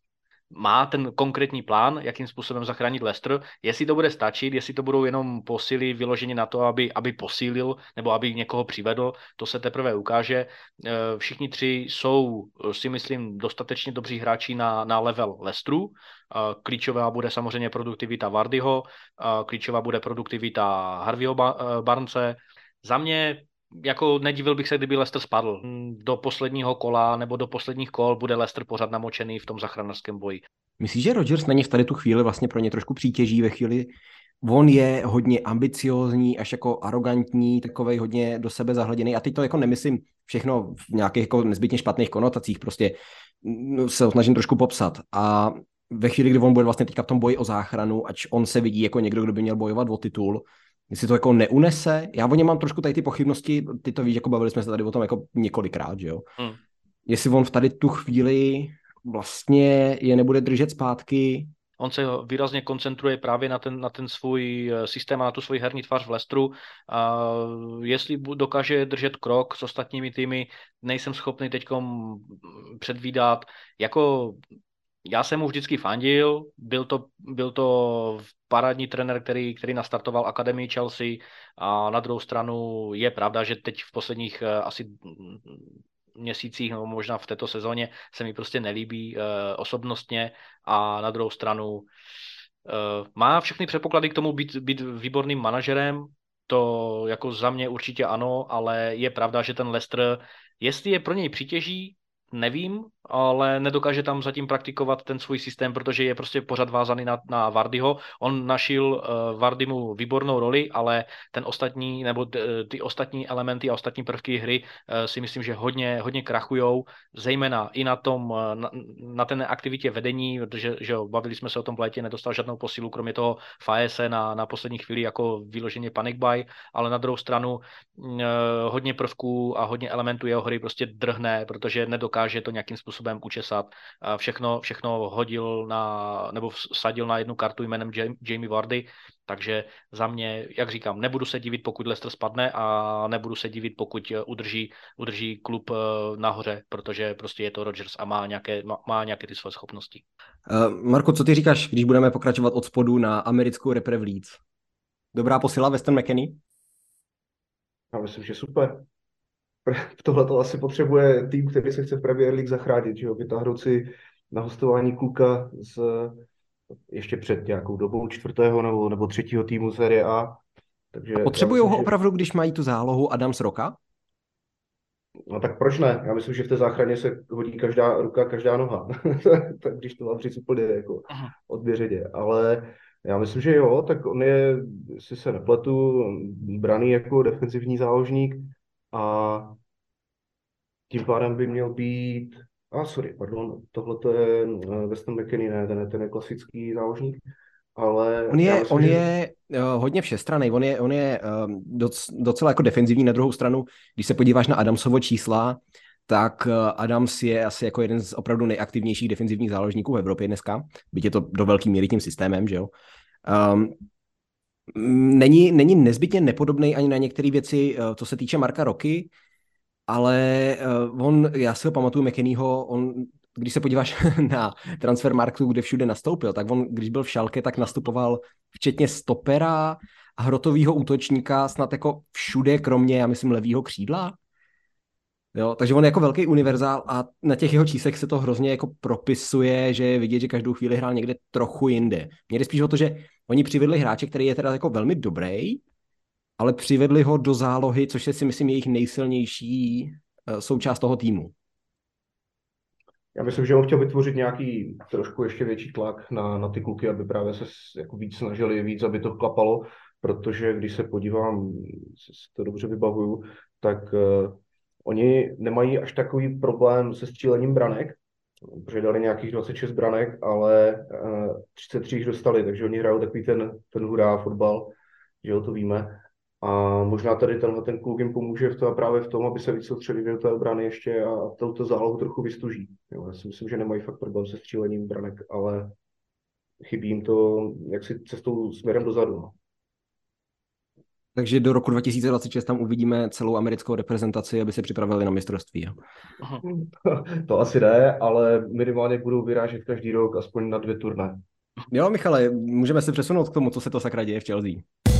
má ten konkrétní plán, jakým způsobem zachránit Leicester. Jestli to bude stačit, jestli to budou jenom posily vyloženě na to, aby posílil nebo aby někoho přivedl, to se teprve ukáže. Všichni tři jsou, si myslím, dostatečně dobří hráči na level Leicesteru. Klíčová bude samozřejmě produktivita Vardyho, klíčová bude produktivita Harveyho Barnese. Za mě jako nedivil bych se, kdyby Leicester spadl. Do posledního kola nebo do posledních kol bude Leicester pořád namočený v tom záchranářském boji. Myslíš, že Rodgers není v tady tu chvíli vlastně pro ně trošku přítěží ve chvíli? On je hodně ambiciózní, až jako arrogantní, takovej hodně do sebe zahleděný. A teď to jako nemyslím všechno v nějakých jako nezbytně špatných konotacích, prostě se ho snažím trošku popsat. A ve chvíli, kdy on bude vlastně teďka v tom boji o záchranu, ač on se vidí jako někdo, kdo by měl bojovat o titul, jestli to jako neunese. Já o něm mám trošku tady ty pochybnosti, ty to víš, jako bavili jsme se tady o tom jako několikrát, že jo. Jestli on v tady tu chvíli vlastně je nebude držet zpátky. On se výrazně koncentruje právě na ten svůj systém a na tu svoji herní tvář v Leicesteru. Jestli dokáže držet krok s ostatními týmy, nejsem schopný teďkom předvídat. Jako já jsem mu vždycky fandil, byl to parádní trenér, který nastartoval akademii Chelsea a na druhou stranu je pravda, že teď v posledních asi měsících nebo možná v této sezóně se mi prostě nelíbí osobnostně a na druhou stranu má všechny předpoklady k tomu být výborným manažerem, to jako za mě určitě ano, ale je pravda, že ten Leicester, jestli je pro něj přítěží, nevím, ale nedokáže tam zatím praktikovat ten svůj systém, protože je prostě pořád vázaný na Vardyho. On našil Vardymu výbornou roli, ale ten ostatní, nebo ty ostatní elementy a ostatní prvky hry si myslím, že hodně krachujou, zejména i na té aktivitě vedení, protože že jo, bavili jsme se o tom v létě, nedostal žádnou posilu, kromě toho Faese na poslední chvíli jako vyloženě panic buy, ale na druhou stranu hodně prvků a hodně elementů jeho hry prostě drhne, protože nedokáže to nějakým způsobem učesat. Všechno hodil nebo vsadil na jednu kartu jménem Jamie Vardy, takže za mě, jak říkám, nebudu se divit, pokud Leicester spadne a nebudu se divit, pokud udrží klub nahoře, protože prostě je to Rodgers a má nějaké ty své schopnosti. Marko, co ty říkáš, když budeme pokračovat od spodu na americkou repre v Leeds? Dobrá posila Weston McKennie? Já myslím, že super. Tohle to asi potřebuje tým, který se chce v Premier League zachránit, že jo, vytáhnout si na hostování kluka ještě před nějakou dobou 4. nebo 3. týmu série A. Takže potřebují ho opravdu, když mají tu zálohu Adams Roka? No tak proč ne? Já myslím, že v té záchraně se hodí každá ruka, každá noha. Tak když to mám říct úplně jako odběřeně. Ale já myslím, že jo, tak on je, jestli se nepletu, braný jako defenzivní záložník a tím pádem by měl být... tohle to je Weston McKennie, ne, ten je klasický záložník. Ale on je hodně všestranný, on je docela jako defenzivní. Na druhou stranu, když se podíváš na Adamsovo čísla, tak Adams je asi jako jeden z opravdu nejaktivnějších defenzivních záložníků v Evropě dneska, byť je to do velké míry tím systémem, že jo. Není nezbytně nepodobný ani na některé věci, co se týče Marka Roky, ale já si ho pamatuju McKennieho, když se podíváš na Transfermarktu, kde všude nastoupil, tak on, když byl v Schalke, tak nastupoval včetně stopera a hrotovýho útočníka snad jako všude, kromě, já myslím, levýho křídla. Jo, takže on je jako velký univerzál a na těch jeho číslech se to hrozně jako propisuje, že je vidět, že každou chvíli hrál někde trochu jinde. Mně jde spíš o to, že oni přivedli hráče, který je teda jako velmi dobrý, ale přivedli ho do zálohy, což je si myslím jejich nejsilnější součást toho týmu. Já myslím, že on chtěl vytvořit nějaký trošku ještě větší tlak na ty kluky, aby právě se jako víc snažili, víc, aby to klapalo, protože když se podívám, si to dobře vybavuju, tak oni nemají až takový problém se střílením branek, protože dali nějakých 26 branek, ale 33 jich dostali, takže oni hrajou takový ten hurá fotbal, že jo, to víme. A možná tady ten kluk jim pomůže právě v tom, aby se víc soustředili do té obrany ještě a touto zálohu trochu vystuží. Jo, já si myslím, že nemají fakt problém se střílením branek, ale chybí jim to jaksi cestou směrem dozadu. No. Takže do roku 2026 tam uvidíme celou americkou reprezentaci, aby se připravili na mistrovství. Jo? To asi ne, ale minimálně budou vyrážet každý rok aspoň na 2 turné. Jo, Michale, můžeme se přesunout k tomu, co se to sakra děje v Chelsea.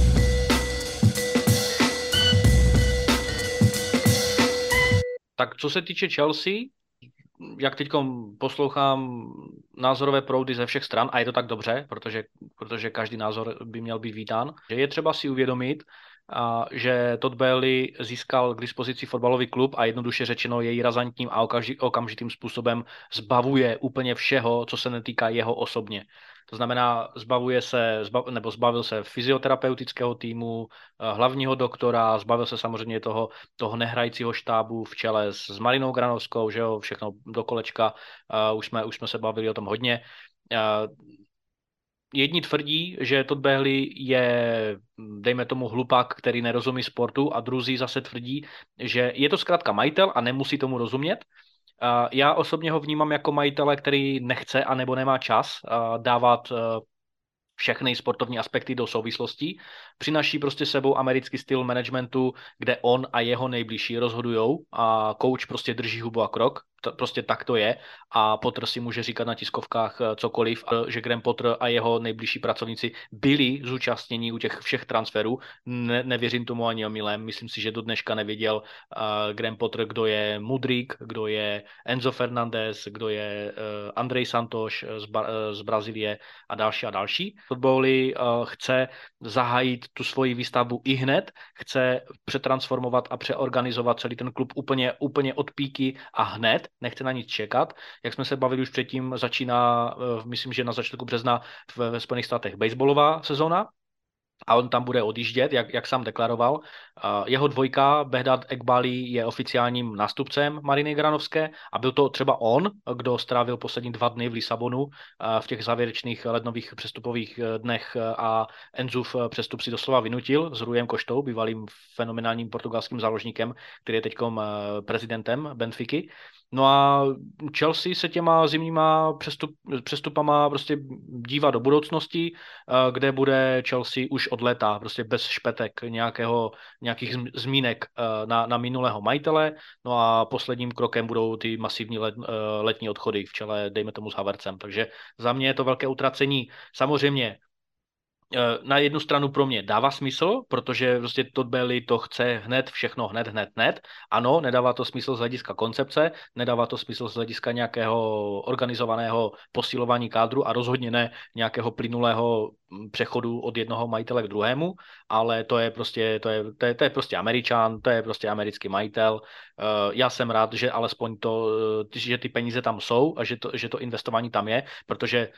Tak co se týče Chelsea, jak teď poslouchám názorové proudy ze všech stran, a je to tak dobře, protože každý názor by měl být vítán, že je třeba si uvědomit, že Todd Boehly získal k dispozici fotbalový klub a jednoduše řečeno jej razantním a okamžitým způsobem zbavuje úplně všeho, co se netýká jeho osobně. To znamená, zbavil se fyzioterapeutického týmu, hlavního doktora, zbavil se samozřejmě toho nehrajícího štábu v čele s Marinou Granovskou, že jo, všechno do kolečka, už jsme se bavili o tom hodně. Jedni tvrdí, že Todd Boehly je, dejme tomu, hlupák, který nerozumí sportu, a druzí zase tvrdí, že je to zkrátka majitel a nemusí tomu rozumět. Já osobně ho vnímám jako majitele, který nechce anebo nemá čas dávat všechny sportovní aspekty do souvislostí. Přináší prostě sebou americký styl managementu, kde on a jeho nejbližší rozhodujou a coach prostě drží hubu a krok. Prostě tak to je a Potter si může říkat na tiskovkách cokoliv, že Graham Potter a jeho nejbližší pracovníci byli zúčastněni u těch všech transferů. Nevěřím tomu ani omylem. Myslím si, že do dneška nevěděl Graham Potter, kdo je Mudryk, kdo je Enzo Fernandez, kdo je Andrej Santos z Brazílie a další a další. Todd Boehly chce zahájit tu svoji výstavbu i hned, chce přetransformovat a přeorganizovat celý ten klub úplně od píky a hned. nechce na nic čekat. Jak jsme se bavili už předtím, začíná, myslím, že na začátku března ve Spojených státech baseballová sezóna, a on tam bude odjíždět, jak sám deklaroval. Jeho dvojka, Behdad Ekbali, je oficiálním nástupcem Mariny Granovské a byl to třeba on, kdo strávil poslední 2 dny v Lisabonu v těch závěrečných lednových přestupových dnech a Enzův přestup si doslova vynutil s Rujem Koštou, bývalým fenomenálním portugalským záložníkem, který je teďkom prezidentem Benfiky. No a Chelsea se těma zimníma přestupama prostě dívá do budoucnosti, kde bude Chelsea už od léta prostě bez špetek nějakých zmínek na minulého majitele. No a posledním krokem budou ty masivní letní odchody v čele, dejme tomu, s Havertzem. Takže za mě je to velké utracení. Samozřejmě na jednu stranu pro mě dává smysl, protože prostě Todd Boehly to chce všechno hned. Ano, nedává to smysl z hlediska koncepce, nedává to smysl z hlediska nějakého organizovaného posilování kádru a rozhodně ne nějakého plynulého přechodu od jednoho majitele k druhému, ale to je prostě Američan, to je prostě americký majitel. Já jsem rád, že alespoň že ty peníze tam jsou a že to investování tam je, protože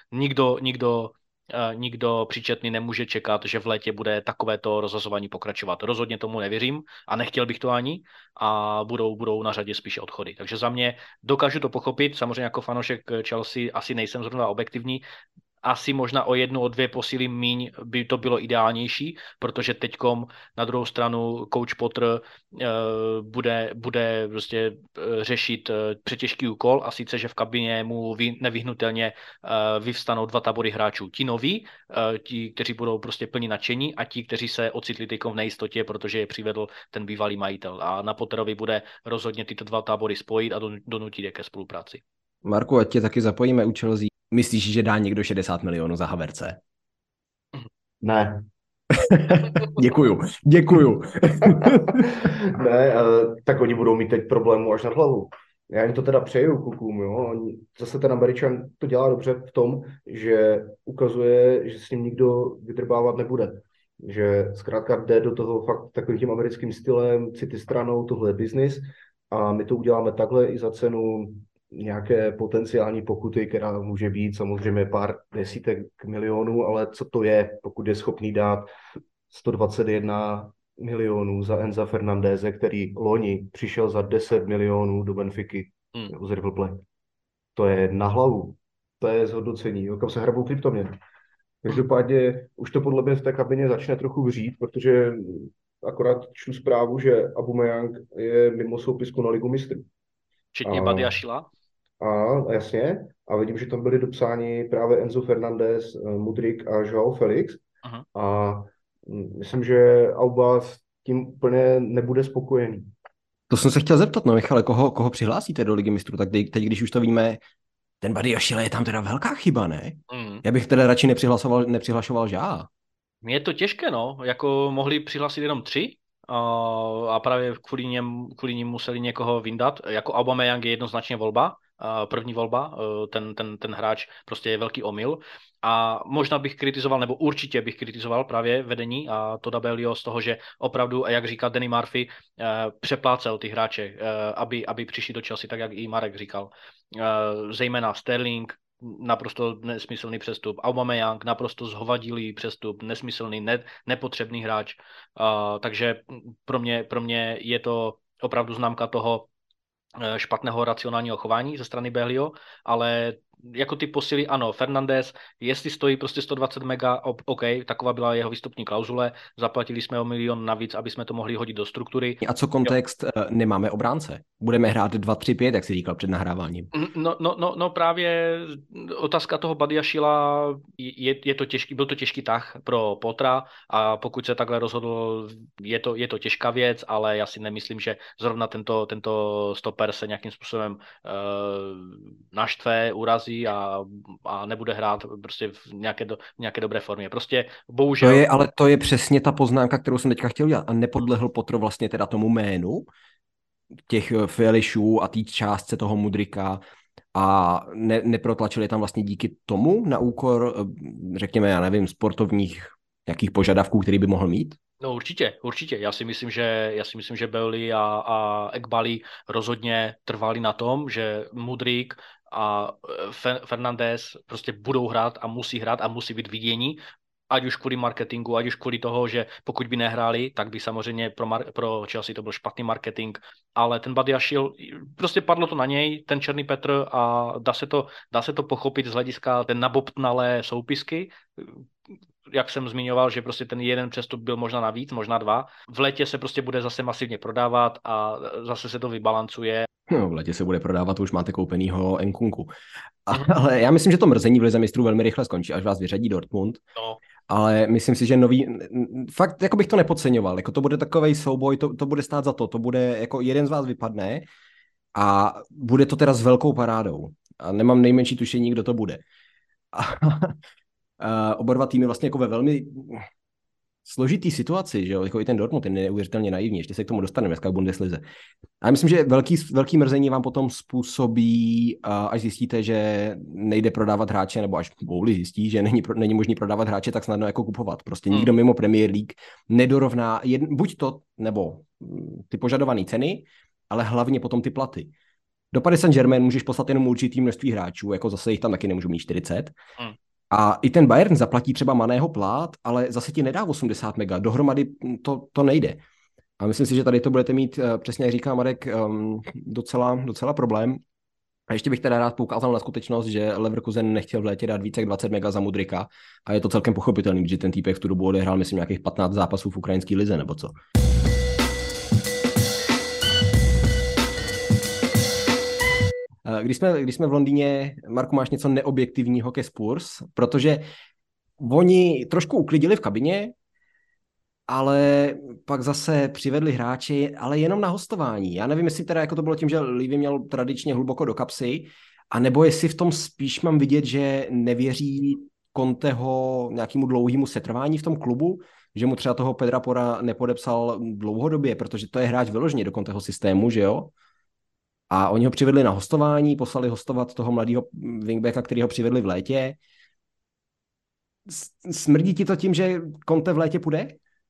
nikdo příčetný nemůže čekat, že v létě bude takovéto rozhazování pokračovat. Rozhodně tomu nevěřím a nechtěl bych to ani a budou na řadě spíše odchody. Takže za mě dokážu to pochopit, samozřejmě jako fanoušek Chelsea asi nejsem zrovna objektivní, asi možná o 1, o 2 posily míň by to bylo ideálnější, protože teďkom na druhou stranu coach Potter bude prostě řešit přetěžký úkol a sice, že v kabině mu nevyhnutelně vyvstanou 2 tábory hráčů. Ti noví, ti, kteří budou prostě plní nadšení a ti, kteří se ocitli teďkom v nejistotě, protože je přivedl ten bývalý majitel. A na Potterovi bude rozhodně tyto 2 tábory spojit a donutit je ke spolupráci. Marku, ať tě taky zapojíme u Chelsea. Myslíš, že dá někdo 60 milionů za Havertze? Ne. Děkuju. Ne, tak oni budou mít teď problémů až nad hlavu. Já jim to teda přeju, klukům, jo. Zase ten Američan to dělá dobře v tom, že ukazuje, že s ním nikdo vytrbávat nebude. Že zkrátka jde do toho fakt takovým tím americkým stylem, city stranou, tohle je biznis a my to uděláme takhle i za cenu nějaké potenciální pokuty, která může být samozřejmě pár desítek milionů, ale co to je, pokud je schopný dát 121 milionů za Enza Fernandéze, který loni přišel za 10 milionů do Benfiky z River Plate. To je na hlavu. To je zhodnocení, kam se hrabou kryptoměny. Každopádně už to podle mě v té kabině začne trochu vřít, protože akorát čtu zprávu, že Aubameyang je mimo soupisku na Ligu mistrů. Včetně Badiashila? A jasně. A vidím, že tam byli dopsáni právě Enzo Fernandez, Mudryk a Joao Felix. Aha. A myslím, že Auba s tím úplně nebude spokojený. To jsem se chtěl zeptat, no Michale, koho přihlásíte do Ligy mistrů? Tak teď, když už to víme, ten Badiashile je tam teda velká chyba, ne? Já bych teda radši nepřihlašoval Žáa. Mně je to těžké, no. Jako mohli přihlásit jenom 3 a právě kvůli ním museli někoho vyndat. Jako Aubameyang je jednoznačně volba, první volba, ten hráč prostě je velký omyl. A možná bych kritizoval, nebo určitě bych kritizoval právě vedení a Todda Boehlyho z toho, že opravdu, jak říká Danny Murphy, přeplácel ty hráče, aby přišli do Chelsea, tak jak i Marek říkal. Zejména Sterling, naprosto nesmyslný přestup. Aubameyang, naprosto zhovadilý přestup, nesmyslný, nepotřebný hráč. Takže pro mě je to opravdu známka toho špatného racionálního chování ze strany Boehlyho, ale jako ty posily, ano, Fernandez, jestli stojí prostě 120 mega, OK, taková byla jeho výstupní klauzule, zaplatili jsme o 1 milion navíc, aby jsme to mohli hodit do struktury. A co kontext, nemáme obránce? Budeme hrát 2-3-5, jak jsi říkal před nahráváním. No právě otázka toho Badiashila, je to těžký, byl to těžký tah pro Pottera a pokud se takhle rozhodl, je to těžká věc, ale já si nemyslím, že zrovna tento stoper se nějakým způsobem naštve, urazí a nebude hrát prostě v nějaké dobré formě. Prostě bohužel... To je přesně ta poznámka, kterou jsem teďka chtěl dělat. A nepodlehl Potter vlastně teda tomu jménu těch Felišů a té částce toho Mudryka a neprotlačili tam vlastně díky tomu na úkor, řekněme, já nevím, sportovních nějakých požadavků, který by mohl mít? No určitě. Já si myslím, že Bailey a Ekbali rozhodně trvali na tom, že Mudryk a Fernandes prostě budou hrát a musí být vidění, ať už kvůli marketingu, ať už kvůli toho, že pokud by nehráli, tak by samozřejmě pro Chelsea to byl špatný marketing, ale ten Badiashile, prostě padlo to na něj, ten Černý Petr a dá se to pochopit z hlediska ten nabobtnalé soupisky, jak jsem zmiňoval, že prostě ten jeden přestup byl možná navíc, možná dva. V létě se prostě bude zase masivně prodávat a zase se to vybalancuje. No, v létě se bude prodávat, už máte koupenýho Nkunku. Ale já myslím, že to mrzení v lize mistrů velmi rychle skončí, až vás vyřadí Dortmund. No. Ale myslím si, že fakt jako bych to nepodceňoval, jako to bude takovej souboj, to bude stát za to bude, jako jeden z vás vypadne a bude to teda s velkou parádou. A nemám nejmenší tušení, kdo to bude. A oba dva týmy vlastně jako ve velmi složitý situaci, že jo, jako i ten Dortmund je neuvěřitelně naivní, ještě se k tomu dostaneme dneska v Bundeslize. A myslím, že velký mrzení vám potom způsobí, až zjistíte, že nejde prodávat hráče, nebo až Bowley zjistí, že není možný prodávat hráče tak snadno jako kupovat. Prostě nikdo mimo Premier League nedorovná buď to, nebo ty požadované ceny, ale hlavně potom ty platy. Do Paris Saint-Germain můžeš poslat jenom určitý množství hráčů, jako zase jich tam taky nemůžu mít 40. A i ten Bayern zaplatí třeba Maného plat, ale zase ti nedá 80 mega. Dohromady to nejde. A myslím si, že tady to budete mít, přesně jak říká Marek, docela problém. A ještě bych teda rád poukázal na skutečnost, že Leverkusen nechtěl v létě dát více jak 20 mega za Mudryka a je to celkem pochopitelný, že ten týpek v tu dobu odehrál, myslím, nějakých 15 zápasů v ukrajinské lize, nebo co. Když jsme v Londýně, Marku, máš něco neobjektivního ke Spurs, protože oni trošku uklidili v kabině, ale pak zase přivedli hráči, ale jenom na hostování. Já nevím, jestli teda jako to bylo tím, že Levy měl tradičně hluboko do kapsy, anebo jestli v tom spíš mám vidět, že nevěří Conteho nějakému dlouhému setrvání v tom klubu, že mu třeba toho Pedra Pora nepodepsal dlouhodobě, protože to je hráč vyloženě do Conteho systému, že jo? A oni ho přivedli na hostování, poslali hostovat toho mladého wingbacka, který ho přivedli v létě. Smrdí ti to tím, že Conte v létě půjde?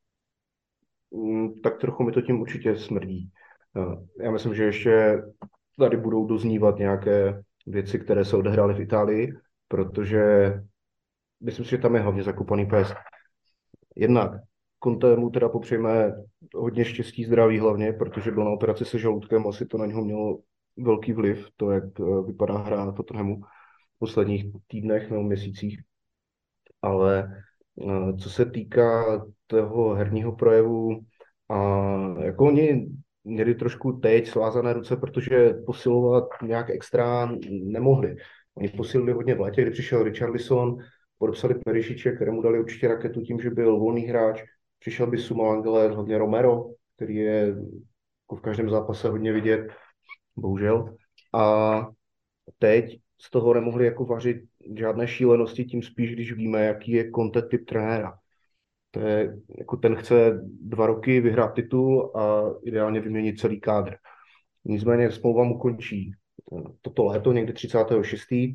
Tak trochu mi to tím určitě smrdí. Já myslím, že ještě tady budou doznívat nějaké věci, které se odehrály v Itálii, protože myslím si, že tam je hlavně zakopaný pes. Jednak Conte mu teda popřejme hodně štěstí, zdraví hlavně, protože byl na operaci se žaludkem, asi to na něho mělo velký vliv, to, jak vypadá hra na Tottenhamu v posledních týdnech nebo měsících. Ale co se týká toho herního projevu, jako oni měli trošku teď svázané ruce, protože posilovat nějak extra nemohli. Oni posílili hodně v létě, kdy přišel Richarlison, podepsali Perišiče, kterému dali určitě raketu tím, že byl volný hráč. Přišel by Sumalangele, hodně Romero, který je jako v každém zápase hodně vidět, bohužel. A teď z toho nemohli jako vařit žádné šílenosti, tím spíš, když víme, jaký je Conte typ trenéra. To je, jako ten chce 2 roky vyhrát titul a ideálně vyměnit celý kádr. Nicméně smlouva mu končí toto léto, někdy 36.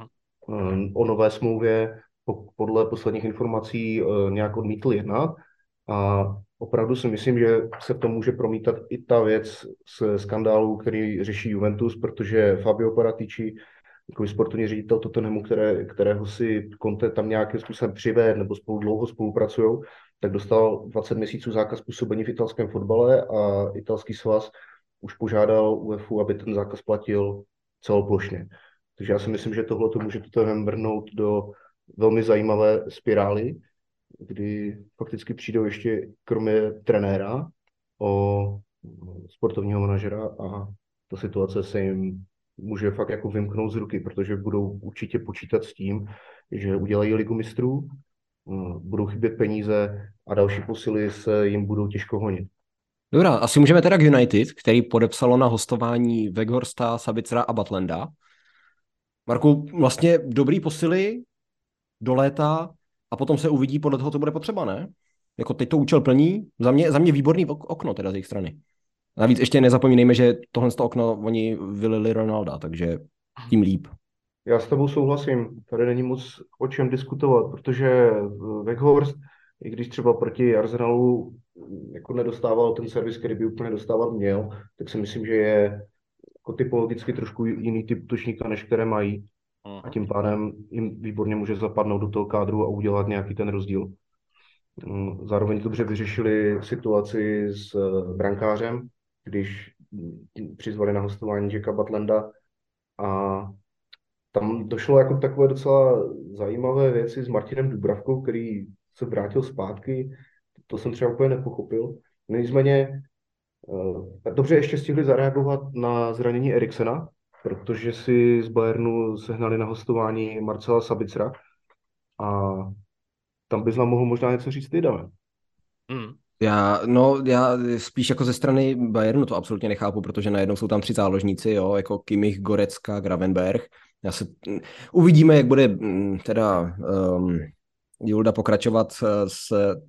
O nové smlouvě podle posledních informací nějak odmítl jednat. A opravdu si myslím, že se v tom může promítat i ta věc z skandálu, který řeší Juventus, protože Fabio Paratici, jako sportovní ředitel Tottenhamu, kterého si Conte tam nějakým způsobem přived nebo spolu dlouho spolupracují, tak dostal 20 měsíců zákaz působení v italském fotbale a italský svaz už požádal UEFA, aby ten zákaz platil celoplošně. Takže já si myslím, že tohle to může Tottenham vrhnout do velmi zajímavé spirály, kdy fakticky přijdou ještě kromě trenéra o sportovního manažera a ta situace se jim může fakt jako vymknout z ruky, protože budou určitě počítat s tím, že udělají ligu mistrů, budou chybět peníze a další posily se jim budou těžko honit. Dobrá, asi můžeme teda k United, který podepsalo na hostování Weghorsta, Sabicera a Butlanda. Marku, vlastně dobrý posily do léta a potom se uvidí podle toho, co bude potřeba, ne? Jako teď to účel plní. Za mě výborný okno teda z jejich strany. Navíc ještě nezapomínejme, že tohle okno oni vylili Ronalda, takže tím líp. Já s tebou souhlasím. Tady není moc o čem diskutovat, protože Weghorst, i když třeba proti Arsenalu jako nedostával ten servis, který by úplně dostávat měl, tak si myslím, že je jako typologicky trošku jiný typ útočníka, než které mají. A Mhm. tím pádem jim výborně může zapadnout do toho kádru a udělat nějaký ten rozdíl. Zároveň dobře vyřešili situaci s brankářem, když přizvali na hostování Jacka Butlanda a tam došlo jako takové docela zajímavé věci s Martinem Dubravkou, který se vrátil zpátky. To jsem třeba úplně nepochopil. Nicméně dobře ještě stihli zareagovat na zranění Eriksena, protože si z Bayernu sehnali na hostování Marcela Sabicera a tam bys nám mohl možná něco říct ty, Dane. Mhm. Já spíš jako ze strany Bayernu to absolutně nechápu, protože najednou jsou tam 3 záložníci, jo, jako Kimmich, Goretzka, Gravenberch. Uvidíme, jak bude teda Julda pokračovat s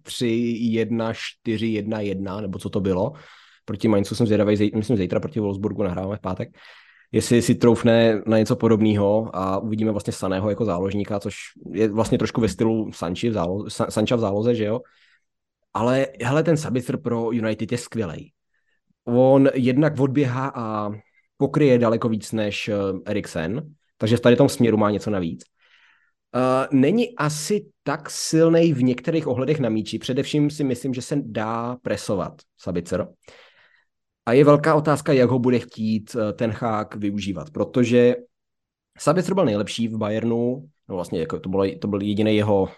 3-1-4-1-1, nebo co to bylo. Proti Mainzu jsem zvědavý, myslím zítra proti Wolfsburgu nahráváme v pátek. Jestli si troufne na něco podobného a uvidíme vlastně Saného jako záložníka, což je vlastně trošku ve stylu Sancha v záloze, že jo. Ale hele, ten Sabitzer pro United je skvělej. On jednak odběhá a pokryje daleko víc než Eriksen, takže v tady tom směru má něco navíc. Není asi tak silnej v některých ohledech na míči, především si myslím, že se dá presovat Sabitzer. A je velká otázka, jak ho bude chtít ten Hák využívat, protože Sabitzer byl nejlepší v Bayernu, no vlastně jako to byl jediný jeho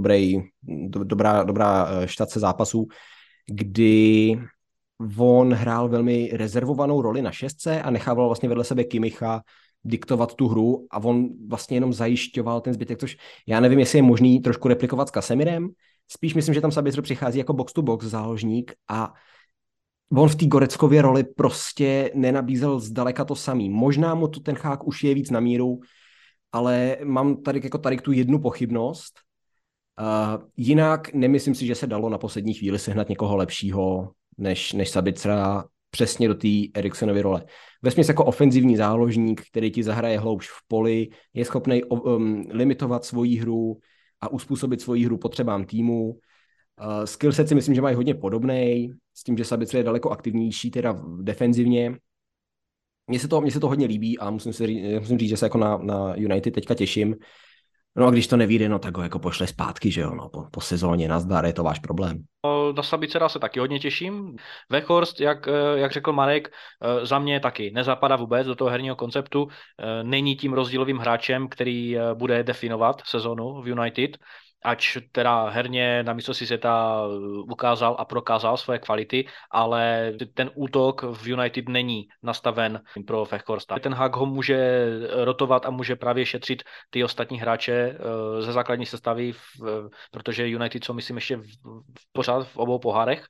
dobrá štace zápasů, kdy on hrál velmi rezervovanou roli na šestce a nechával vlastně vedle sebe Kimmicha diktovat tu hru a on vlastně jenom zajišťoval ten zbytek, což já nevím, jestli je možný trošku replikovat s Casemirem. Spíš myslím, že tam Sabitzer přichází jako box-to-box záložník a on v té Goreckově roli prostě nenabízel zdaleka to samý. Možná mu tu ten Chák už je víc na míru, ale mám tady tu jednu pochybnost. Jinak nemyslím si, že se dalo na poslední chvíli sehnat někoho lepšího než Sabicera přesně do té Eriksenovy role. Vesměs jako ofenzivní záložník, který ti zahraje hloubš v poli, je schopný limitovat svoji hru a uspůsobit svoji hru potřebám týmu. Skillset si myslím, že mají hodně podobnej, s tím, že Sabitzer je daleko aktivnější, teda defenzivně. Mně se to hodně líbí a musím říct, že se jako na United teďka těším. No a když to nevíde, no tak ho jako pošle zpátky, že jo, no po sezóně, nazdar, je to váš problém. Na Sabicera se taky hodně těším. Weghorst, jak řekl Marek, za mě taky nezapadá vůbec do toho herního konceptu. Není tím rozdílovým hráčem, který bude definovat sezonu v United, ač teda herně na mistrovství světa ukázal a prokázal svoje kvality, ale ten útok v United není nastaven pro Weghorsta. Ten Hag ho může rotovat a může právě šetřit ty ostatní hráče ze základní sestavy, protože United jsou, myslím, ještě pořád v obou pohárech,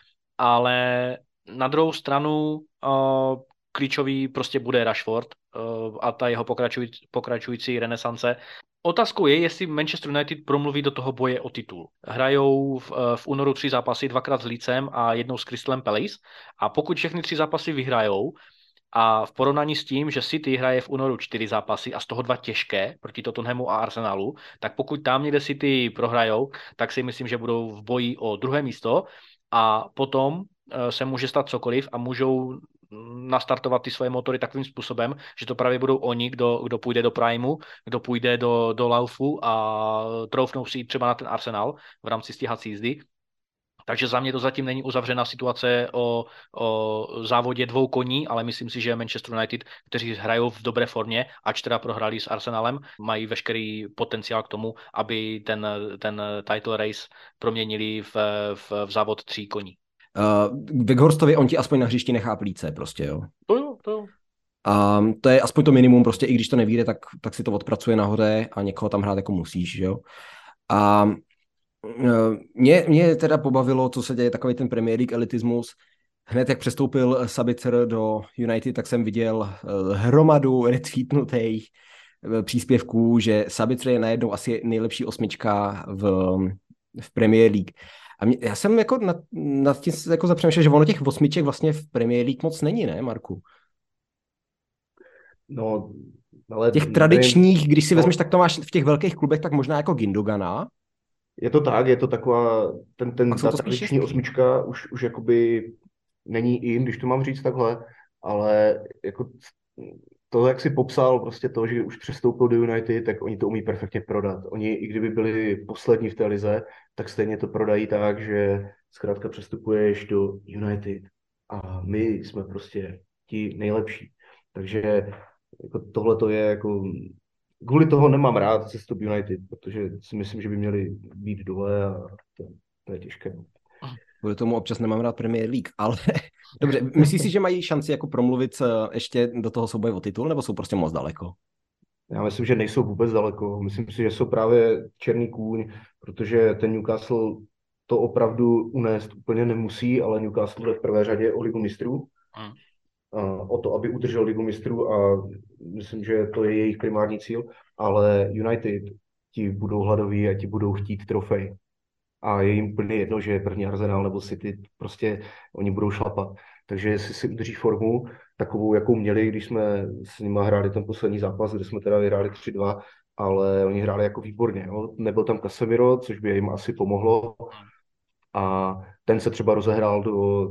ale na druhou stranu klíčový prostě bude Rashford a ta jeho pokračující renesance. Otázkou je, jestli Manchester United promluví do toho boje o titul. Hrajou v únoru 3 zápasy, 2krát s Leedsem a jednou s Crystalem Palace a pokud všechny 3 zápasy vyhrajou, a v porovnání s tím, že City hraje v únoru 4 zápasy a z toho 2 těžké proti Tottenhamu a Arsenalu, tak pokud tam někde City prohrajou, tak si myslím, že budou v boji o druhé místo a potom se může stát cokoliv a můžou nastartovat ty svoje motory takovým způsobem, že to právě budou oni, kdo půjde do Primeu, kdo půjde do Laufu a troufnou si třeba na ten Arsenal v rámci stíhací jízdy. Takže za mě to zatím není uzavřená situace o závodě 2 koní, ale myslím si, že Manchester United, kteří hrajou v dobré formě, ač teda prohráli s Arsenalem, mají veškerý potenciál k tomu, aby ten title race proměnili v závod 3 koní. Weghorstovi on ti aspoň na hřišti nechá plíce prostě, jo. To jo. A to je aspoň to minimum, prostě i když to nevíde, tak si to odpracuje nahoře a někoho tam hrát jako musíš, jo. A mě teda pobavilo, co se děje, takový ten Premier League elitismus. Hned jak přestoupil Sabitzer do United, tak jsem viděl hromadu retweetnutých příspěvků, že Sabitzer je najednou asi nejlepší osmička v Premier League. A já jsem jako nad tím jako zapřemýšlel, že ono těch osmiček vlastně v Premier League moc není, ne, Marku? No, ale těch tradičních, když si vezmeš, tak to máš v těch velkých klubech, tak možná jako Gündogana, Je to taková, Pak jsou ta to spíš tradiční šestky. osmička už jakoby není in, když to mám říct takhle, ale jako to, jak si popsal prostě to, že už přestoupil do United, tak oni to umí perfektně prodat. Oni, i kdyby byli poslední v té lize, tak stejně to prodají tak, že zkrátka přestupuješ do United a my jsme prostě ti nejlepší. Takže jako tohle to je jako kvůli toho nemám rád cestu United, protože si myslím, že by měli být dole a to, to je těžké. Kvůli tomu občas nemám rád Premier League, ale dobře, myslíš si, že mají šanci jako promluvit ještě do toho souboje o titul, nebo jsou prostě moc daleko? Já myslím, že nejsou vůbec daleko. Myslím si, že jsou právě černý kůň, protože ten Newcastle to opravdu unést úplně nemusí, ale Newcastle je v prvé řadě o ligu mistrů. Hmm. O to, aby udržel ligu mistrů a myslím, že to je jejich primární cíl, ale United ti budou hladoví a ti budou chtít trofej. A je jim úplně jedno, že je první Arsenal nebo City, prostě oni budou šlapat. Takže jestli si udrží formu takovou, jakou měli, když jsme s nimi hráli ten poslední zápas, kde jsme teda vyhráli 3-2, ale oni hráli jako výborně. Jo. Nebyl tam Casemiro, což by jim asi pomohlo. A ten se třeba rozehrál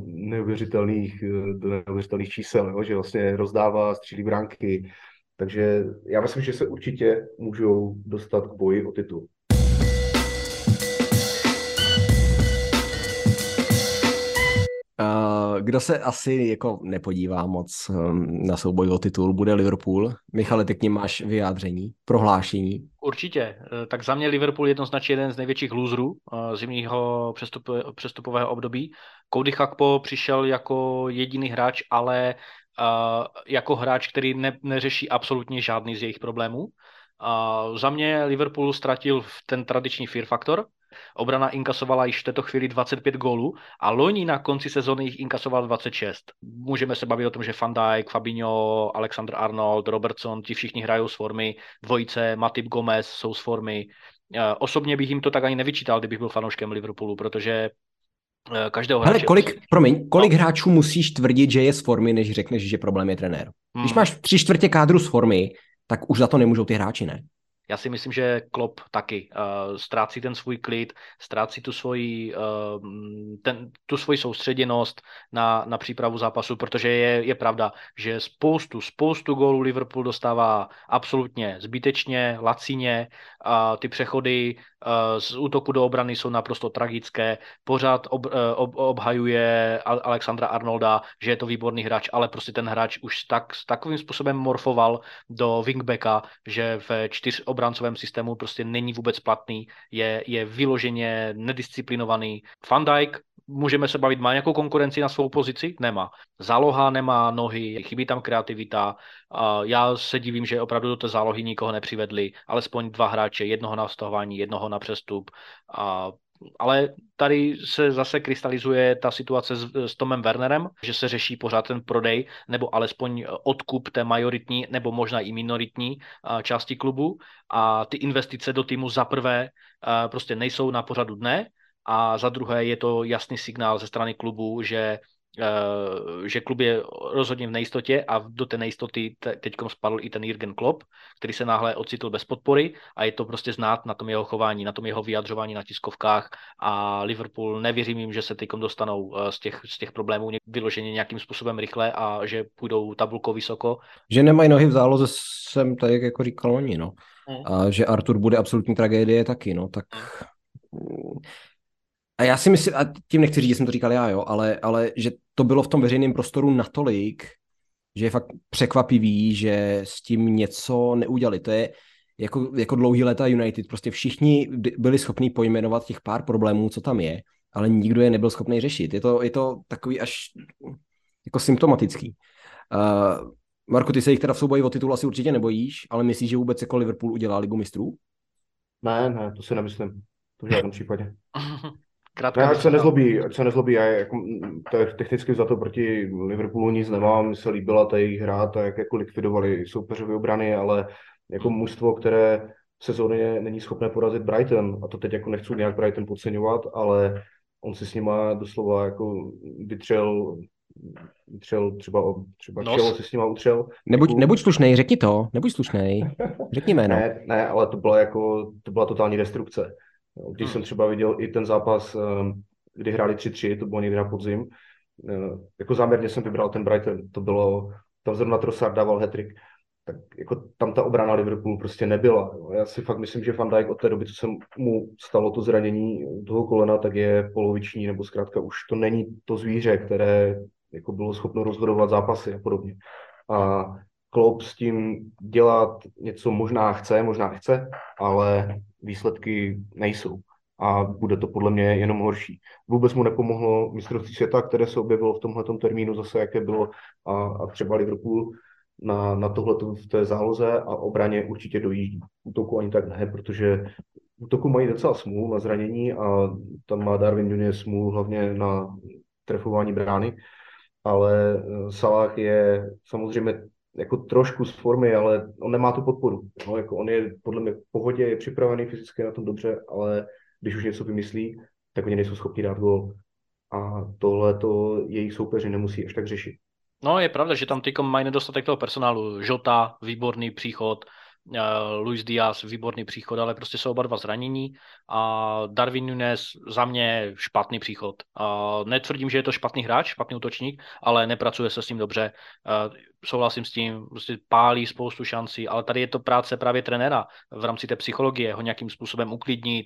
do neuvěřitelných čísel, jo, že vlastně rozdává, střílí bránky. Takže já myslím, že se určitě můžou dostat k boji o titul. Kdo se asi jako nepodívá moc na souboj o titul, bude Liverpool. Michale, ty k ním máš vyjádření, prohlášení? Určitě. Tak za mě Liverpool jednoznačně jeden z největších loserů zimního přestupového období. Cody Gakpo přišel jako jediný hráč, ale jako hráč, který neřeší absolutně žádný z jejich problémů. Za mě Liverpool ztratil ten tradiční fear faktor. Obrana inkasovala již v této chvíli 25 gólů a loni na konci sezóny jich inkasoval 26. Můžeme se bavit o tom, že Van Dijk, Fabinho, Alexander-Arnold, Robertson, ti všichni hrajou z formy, dvojice Matip Gomez jsou z formy. Osobně bych jim to tak ani nevyčítal, kdybych byl fanouškem Liverpoolu, protože každého hráče... Kolik hráčů musíš tvrdit, že je z formy, než řekneš, že problém je trenér? Když máš 3/4 kádru z formy, tak už za to nemůžou ty hráči, ne? Já si myslím, že Klopp taky ztrácí ten svůj klid, ztrácí tu svoji soustředěnost na přípravu zápasu, protože je pravda, že spoustu gólů Liverpool dostává absolutně zbytečně, lacině, ty přechody z útoku do obrany jsou naprosto tragické, pořád obhajuje Alexandra Arnolda, že je to výborný hráč, ale prostě ten hráč už takovým způsobem morfoval do wingbacka, že v čtyřobrancovém systému prostě není vůbec platný, je vyloženě nedisciplinovaný. Van Dijk, můžeme se bavit, má nějakou konkurenci na svou pozici? Nemá. Záloha nemá nohy, chybí tam kreativita. Já se divím, že opravdu do té zálohy nikoho nepřivedli, alespoň 2 hráče, jednoho na vztahování, jednoho na přestup. Ale tady se zase krystalizuje ta situace s Tomem Wernerem, že se řeší pořád ten prodej, nebo alespoň odkup té majoritní, nebo možná i minoritní části klubu. A ty investice do týmu za prvé prostě nejsou na pořadu dne, a za druhé je to jasný signál ze strany klubu, že klub je rozhodně v nejistotě a do té nejistoty teď spadl i ten Jürgen Klopp, který se náhle ocitl bez podpory a je to prostě znát na tom jeho chování, na tom jeho vyjadřování na tiskovkách a Liverpool nevěřím jim, že se teď dostanou z těch problémů vyloženě nějakým způsobem rychle a že půjdou tabulkou vysoko. Že nemají nohy v záloze, jsem tady jako říkal oni, no. A že Artur bude absolutní tragédie taky, no, tak... A já si myslím, a tím nechci říct, že jsem to říkal já, jo, ale že to bylo v tom veřejném prostoru natolik, že je fakt překvapivý, že s tím něco neudělali. To je jako dlouhý léta United. Prostě všichni byli schopni pojmenovat těch pár problémů, co tam je, ale nikdo je nebyl schopný řešit. Je to takový až jako symptomatický. Marku, ty se jich teda v souboji o titul asi určitě nebojíš, ale myslíš, že vůbec jako Liverpool udělá Ligu mistrů? Ne, to si nemyslím. To v žádném případě. Ne, ať se nezlobí, já jako, technicky za to proti Liverpoolu nic nemám, mi se líbila ta jejich hra, a jak jako likvidovali soupeřové obrany, ale jako mužstvo, které v sezóně není schopné porazit Brighton, a to teď jako nechci nějak Brighton podceňovat, ale on si s nima doslova jako vytřel třeba čelo si s nima utřel. Nebuď slušnej, řekni to, nebuď slušnej, řekni jméno. Ne, ale to byla totální destrukce. Jo, když jsem třeba viděl i ten zápas, kdy hráli 3-3, to bylo někdy na podzim, jako záměrně jsem vybral ten Brighton, tam zrovna Trossard dával hat-trick, tak jako tam ta obrana Liverpoolu prostě nebyla. Jo. Já si fakt myslím, že Van Dijk od té doby, co se mu stalo to zranění toho kolena, tak je poloviční, nebo zkrátka už to není to zvíře, které jako bylo schopno rozhodovat zápasy a podobně. A Klopp s tím dělat něco možná chce, ale výsledky nejsou. A bude to podle mě jenom horší. Vůbec mu nepomohlo mistrovství světa, které se objevilo v tomhletom termínu zase, jaké bylo, a třeba Liverpool na tohleto v té záloze a obraně určitě dojíždí. Útoku ani tak ne, protože útoku mají docela smůl na zranění a tam má Darwin Núñez smůl hlavně na trefování brány, ale Salah je samozřejmě jako trošku z formy, ale on nemá tu podporu. No, jako on je podle mě v pohodě, je připravený fyzicky na tom dobře, ale když už něco vymyslí, tak oni nejsou schopni dát gól. A tohle to jejich soupeři nemusí až tak řešit. No, je pravda, že tam teďkom mají nedostatek toho personálu. Jota, výborný příchod, Luis Diaz, výborný příchod, ale prostě jsou oba dva zranění a Darwin Núñez za mě špatný příchod. Netvrdím, že je to špatný hráč, špatný útočník, ale nepracuje se s ním dobře. Souhlasím s tím, prostě pálí spoustu šancí, ale tady je to práce právě trenéra v rámci té psychologie, ho nějakým způsobem uklidnit,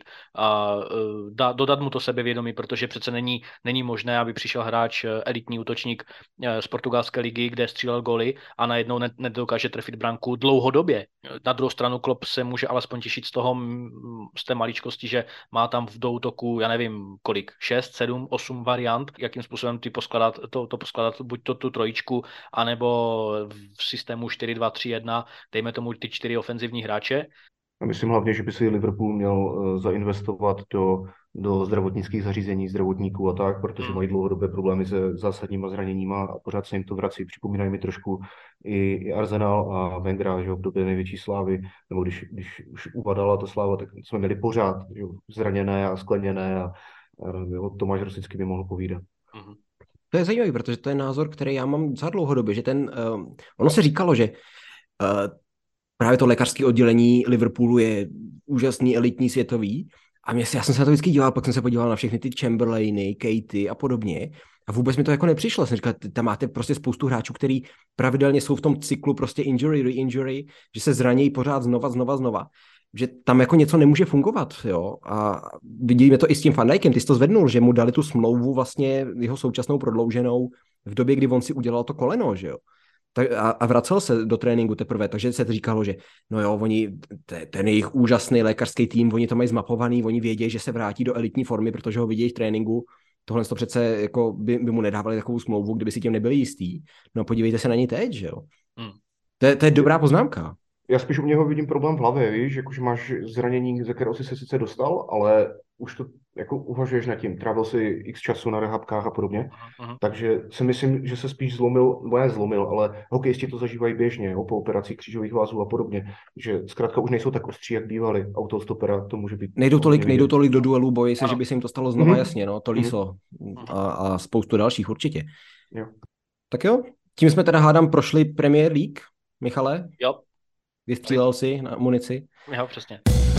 dodat mu to sebevědomí, protože přece není možné, aby přišel hráč, elitní útočník z portugalské ligy, kde střílel góly a najednou nedokáže trefit branku dlouhodobě. Na druhou stranu Klopp se může alespoň těšit z té maličkosti, že má tam v útoku, já nevím kolik, 6, 7, 8 variant, jakým způsobem to poskládat buď tu trojičku, anebo v systému 4-2-3-1, dejme tomu ty 4 ofenzivní hráče. A myslím hlavně, že by si Liverpool měl zainvestovat do zdravotnických zařízení, zdravotníků a tak, protože mají dlouhodobé problémy se zásadníma zraněníma a pořád se jim to vrací. Připomínají mi trošku i Arsenal a Wengera, že v době největší slávy, nebo když už uvadala ta sláva, tak jsme měli pořád zraněné a skleněné a Tomáš Rosický by mohl povídat. Mm-hmm. To je zajímavé, protože to je názor, který já mám docela dlouhodobě, že ono se říkalo, že právě to lékařské oddělení Liverpoolu je úžasný, elitní, světový. A já jsem se na to vždycky díval, pak jsem se podíval na všechny ty Chamberlainy, Katy a podobně. A vůbec mi to jako nepřišlo. Jsem říkal, tam máte prostě spoustu hráčů, který pravidelně jsou v tom cyklu prostě injury, re-injury, že se zranějí pořád znova. Že tam jako něco nemůže fungovat, jo. A vidíme to i s tím Van Dijkem, ty jsi to zvednul, že mu dali tu smlouvu vlastně jeho současnou prodlouženou v době, kdy on si udělal to koleno, že jo. A vracel se do tréninku teprve, takže se říkalo, že no jo, ten jejich úžasný lékařský tým, oni to mají zmapovaný, oni vědí, že se vrátí do elitní formy, protože ho vidějí v tréninku. Tohle to přece jako by mu nedávali takovou smlouvu, kdyby si tím nebyli jistý. No podívejte se na něj teď, že jo. To je dobrá poznámka. Já spíš u něho vidím problém v hlavě, víš, jakože máš zranění, ze kterého jsi se sice dostal, ale už to jako uvažuješ nad tím, trávil si x času na rehabkách a podobně, takže si myslím, že se spíš zlomil, ale hokejisti to zažívají běžně, jo, po operaci křížových vázů a podobně, že zkrátka už nejsou tak ostří, jak bývali, autostopera, to může být... Nejdou tolik do duelů, bojí se, že by se jim to stalo znova, jasně, no, to Liso a spoustu dalších určitě. Jo. Tak jo, tím jsme teda hádám prošli Premier League, Michale? Jo. Vystřílel si na munici? Jo, přesně.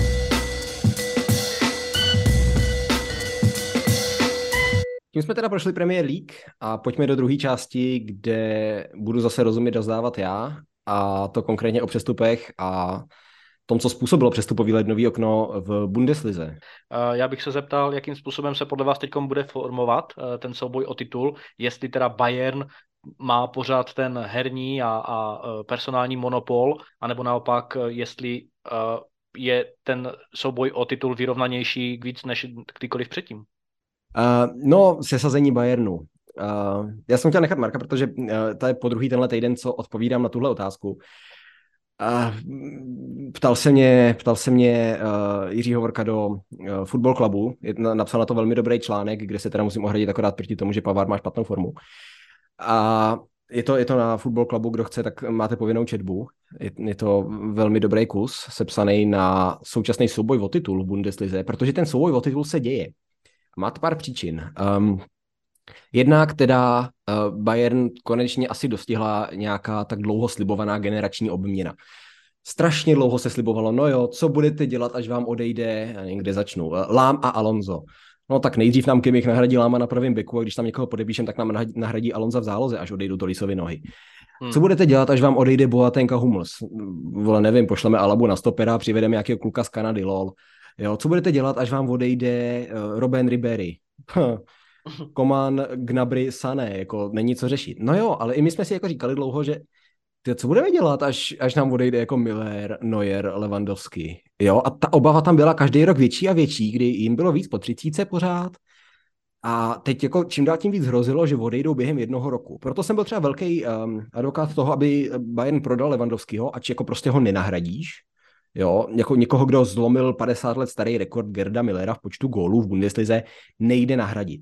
Tím jsme teda prošli Premier League a pojďme do druhé části, kde budu zase rozumět rozdávat já, a to konkrétně o přestupech a tom, co způsobilo přestupový lednový okno v Bundeslize. Já bych se zeptal, jakým způsobem se podle vás teď bude formovat ten souboj o titul, jestli teda Bayern má pořád ten herní a personální monopol, anebo naopak, jestli je ten souboj o titul vyrovnanější víc než kdykoliv předtím. No, sesazení Bayernu. Já jsem chtěl nechat Marka, protože to je po druhý tenhle týden, co odpovídám na tuhle otázku. Ptal se mě Jiří Hovorka do Football Clubu, napsal na to velmi dobrý článek, kde se teda musím ohradit akorát proti tomu, že Pavard má špatnou formu. A je to na Football Clubu, kdo chce, tak máte povinnou četbu. Je to velmi dobrý kus, sepsaný na současný souboj o titul v Bundeslize, protože ten souboj o titul se děje. Má to pár příčin. Jednak teda Bayern konečně asi dostihla nějaká tak dlouho slibovaná generační obměna. Strašně dlouho se slibovalo, no jo, co budete dělat, až vám odejde, já nevím, kde začnu, Lám a Alonso. No tak nejdřív nám Kimmich nahradí Láma na pravém beku a když tam někoho podepíšem, tak nám nahradí Alonza v záloze, až odejdou Tolisovi nohy. Co budete dělat, až vám odejde Boateng a Hummels? Vole, nevím, pošleme Alabu na stopera, přivedeme nějakého kluka z Kanady, lol. Jo, co budete dělat, až vám odejde Robben Ribéry? Coman, Gnabry, Sané, jako není co řešit. No jo, ale i my jsme si jako říkali dlouho, že co budeme dělat, až nám odejde jako Müller, Neuer, Lewandowski. Jo, a ta obava tam byla každý rok větší a větší, kdy jim bylo víc po 30 pořád. A teď jako čím dál tím víc hrozilo, že odejdou během jednoho roku. Proto jsem byl třeba velký advokát toho, aby Bayern prodal Lewandowskiho, ač jako prostě ho nenahradíš. Jo, jako někoho, kdo zlomil 50 let starý rekord Gerda Müllera v počtu gólů v Bundeslize, nejde nahradit.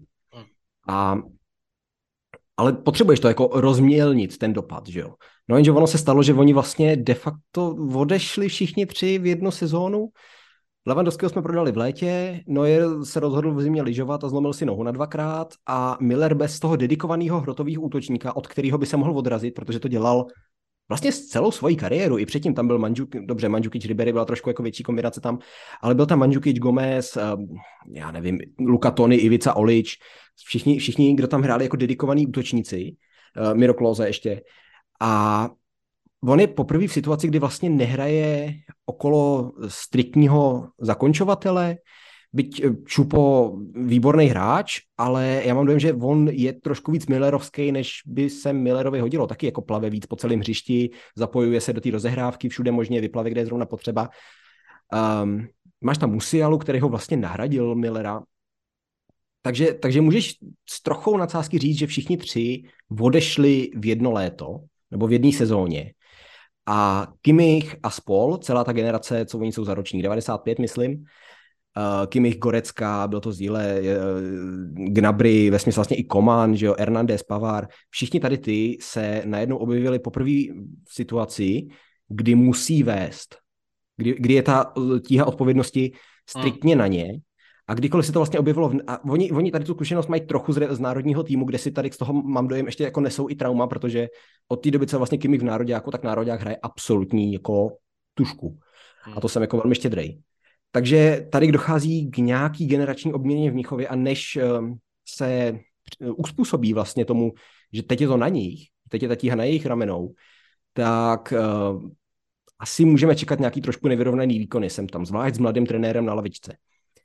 Ale potřebuješ to jako rozmělnit ten dopad, že jo. No jenže ono se stalo, že oni vlastně de facto odešli všichni tři v jednu sezónu. Lewandowského jsme prodali v létě, Neuer se rozhodl v zimě lyžovat a zlomil si nohu na 2krát a Müller bez toho dedikovaného hrotového útočníka, od kterého by se mohl odrazit, protože to dělal vlastně s celou svojí kariéru. I předtím tam byl Mandžukič, Ribéry byla trošku jako větší kombinace tam, ale byl tam Mandžukič, Gomez, já nevím, Luka Toni, Ivica Olič, všichni, kdo tam hráli jako dedikovaní útočníci, Miro Klose ještě. A on je poprvé v situaci, kdy vlastně nehraje okolo striktního zakončovatele, byť Čupo výborný hráč, ale já mám dojem, že on je trošku víc Millerovský, než by se Millerovi hodilo. Taky jako plave víc po celém hřišti, zapojuje se do té rozehrávky, všude možně vyplave, kde je zrovna potřeba. Máš tam Musialu, který ho vlastně nahradil Millera. Takže můžeš s trochou nadsázky říct, že všichni tři odešli v jedno léto, nebo v jedné sezóně. A Kimmich a spol, celá ta generace, co oni jsou za ročník, 95, myslím, Kimmich, Gorecka, byl to Zíle, Gnabry, vesměs vlastně i Coman, že jo, Hernandez, Pavard, všichni tady ty se najednou objevili poprvé v situaci, kdy musí vést, kdy je ta tíha odpovědnosti striktně na ně. A kdykoliv se to vlastně objevilo, a oni tady tu zkušenost mají trochu z národního týmu, kde si tady z toho mám dojem ještě jako nesou i trauma, protože od té doby, co vlastně Kimmich v nároďáku, tak nároďák hraje absolutní jako tušku. A to jsem jako velmi štědrej. Takže tady dochází k nějaký generační obměně v Mnichově a než se uspůsobí vlastně tomu, že teď je to na nich, teď je ta tíha na jejich ramenou, tak asi můžeme čekat nějaký trošku nevyrovnaný výkony sem tam, zvlášť s mladým trenérem na lavičce.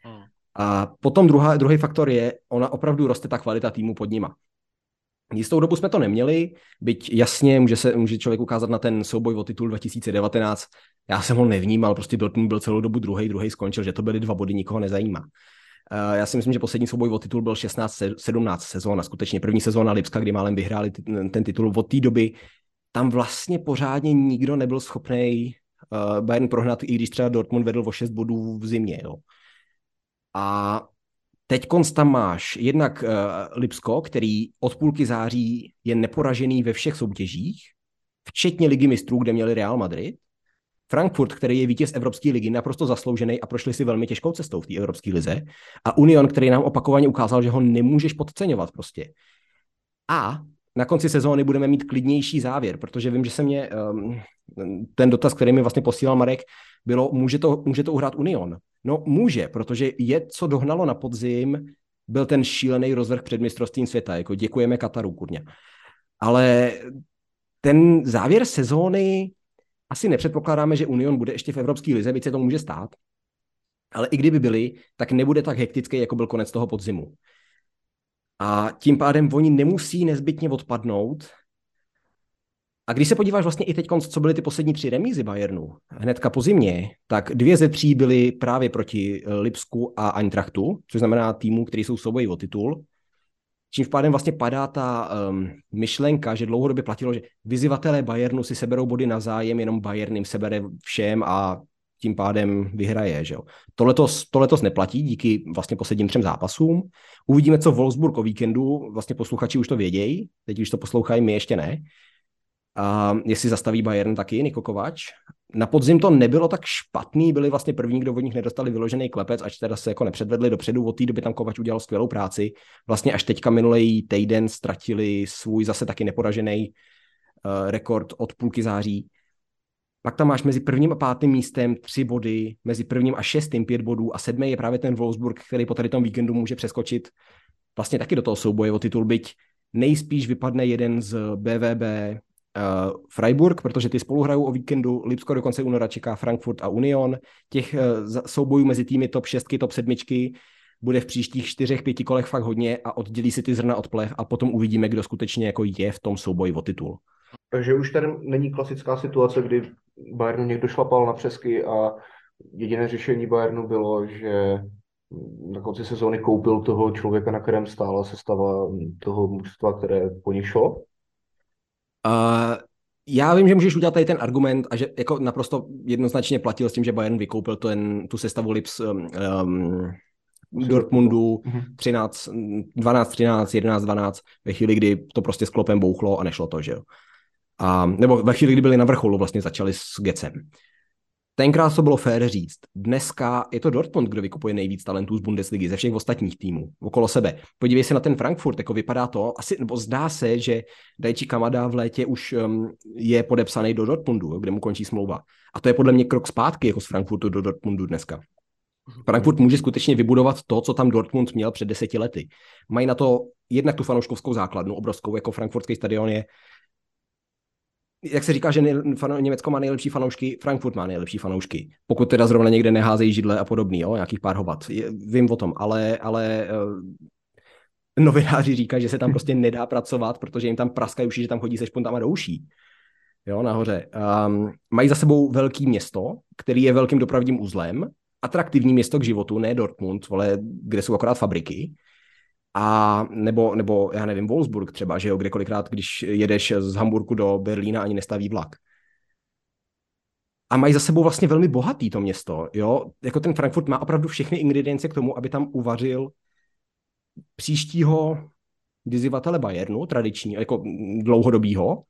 A potom druhý faktor je, ona opravdu roste ta kvalita týmu pod nima. Jistou dobu jsme to neměli, byť jasně může člověk ukázat na ten souboj o titul 2019. Já jsem ho nevnímal, prostě Dortmund byl celou dobu druhý skončil, že to byly 2 body, nikoho nezajímá. Já si myslím, že poslední souboj o titul byl 16-17 sezóna, skutečně první sezóna Lipska, kdy málem vyhráli ten titul. Od té doby tam vlastně pořádně nikdo nebyl schopný Bayern prohnat, i když třeba Dortmund vedl o 6 bodů v zimě. Jo. A teď tam máš jednak Lipsko, který od půlky září je neporažený ve všech soutěžích, včetně Ligy mistrů, kde měli Real Madrid. Frankfurt, který je vítěz Evropské ligy, naprosto zasloužený a prošli si velmi těžkou cestou v té Evropské lize. A Union, který nám opakovaně ukázal, že ho nemůžeš podceňovat prostě. A na konci sezóny budeme mít klidnější závěr, protože vím, že se mě ten dotaz, který mi vlastně posílal Marek, bylo, může to uhrát Union. No může, protože co dohnalo na podzim, byl ten šílený rozvrh před mistrovstvím světa. Jako děkujeme Kataru, kurňa. Ale ten závěr sezóny asi nepředpokládáme, že Union bude ještě v Evropské lize, byť se to může stát. Ale i kdyby byli, tak nebude tak hektický, jako byl konec toho podzimu. A tím pádem oni nemusí nezbytně odpadnout. A když se podíváš vlastně i teď, co byly ty poslední 3 remízy Bayernu, hnedka po zimě, tak 2 ze 3 byly právě proti Lipsku a Eintrachtu, což znamená týmu, který jsou v souboji o titul. Čím v pádem vlastně padá ta myšlenka, že dlouhodobě platilo, že vyzývatelé Bayernu si seberou body navzájem, jenom Bayern jim sebere všem a tím pádem vyhraje. Že jo. To letos neplatí díky vlastně posledním 3 zápasům. Uvidíme, co Wolfsburg o víkendu, vlastně posluchači už to vědějí, teď když to poslouchají, my ještě ne. A jestli zastaví Bayern taky, Niko Kovač. Na podzim to nebylo tak špatný, byli vlastně první, kdo od nich nedostali vyložený klepec, ač teda se jako nepředvedli dopředu, od té doby tam Kovač udělal skvělou práci. Vlastně až teďka minulý týden ztratili svůj zase taky neporažený rekord od půlky září. Pak tam máš mezi 1. a 5. místem 3 body, mezi 1. a 6. 5 bodů a 7. je právě ten Wolfsburg, který po tady tom víkendu může přeskočit vlastně taky do toho souboje o titul, byť nejspíš vypadne jeden z BVB Freiburg, protože ty spolu hrajou o víkendu, Lipsko do konce února čeká Frankfurt a Union. Těch soubojů mezi týmy top 6, top 7 bude v příštích 4-5 kolech fakt hodně a oddělí si ty zrna od plev a potom uvidíme, kdo skutečně jako je v tom souboji o titul. Takže už tady není klasická situace, kdy Bayernu někdo šlapal na přesky a jediné řešení Bayernu bylo, že na konci sezóny koupil toho člověka, na kterém stála sestava toho mužstva, které po nich šlo? Já vím, že můžeš udělat tady ten argument a že jako naprosto jednoznačně platil s tím, že Bayern vykoupil tu sestavu Lips Dortmundu 12-13, 11-12 ve chvíli, kdy to prostě s klopem bouchlo a nešlo to, že jo. Nebo ve chvíli, kdy byli na vrcholu, vlastně začali s Gecem. Tenkrát to bylo fér říct. Dneska je to Dortmund, kdo vykupuje nejvíc talentů z Bundesligy, ze všech ostatních týmů okolo sebe. Podívej se na ten Frankfurt, jako vypadá to, nebo zdá se, že Daichi Kamada v létě už je podepsaný do Dortmundu, kde mu končí smlouva. A to je podle mě krok zpátky jako z Frankfurtu do Dortmundu dneska. Frankfurt může skutečně vybudovat to, co tam Dortmund měl před 10 lety. Mají na to jednak tu fanouškovskou základnu obrovskou, jako frankfurtský stadion je. Jak se říká, že Německo má nejlepší fanoušky, Frankfurt má nejlepší fanoušky. Pokud teda zrovna někde neházejí židle a podobný, jo, nějakých pár hovat. Vím o tom, ale novináři říkají, že se tam prostě nedá pracovat, protože jim tam praskají uši, že tam chodí se špontama do uší. Jo, nahoře. Mají za sebou velký město, který je velkým dopravním uzlem, atraktivní město k životu, ne Dortmund, ale kde jsou akorát fabriky. A nebo já nevím, Wolfsburg třeba, že jo, kde kolikrát, když jedeš z Hamburku do Berlína, ani nestaví vlak. A mají za sebou vlastně velmi bohatý to město, jo. Jako ten Frankfurt má opravdu všechny ingredience k tomu, aby tam uvařil příštího vyzývatele Bayernu, tradiční, jako dlouhodobýho,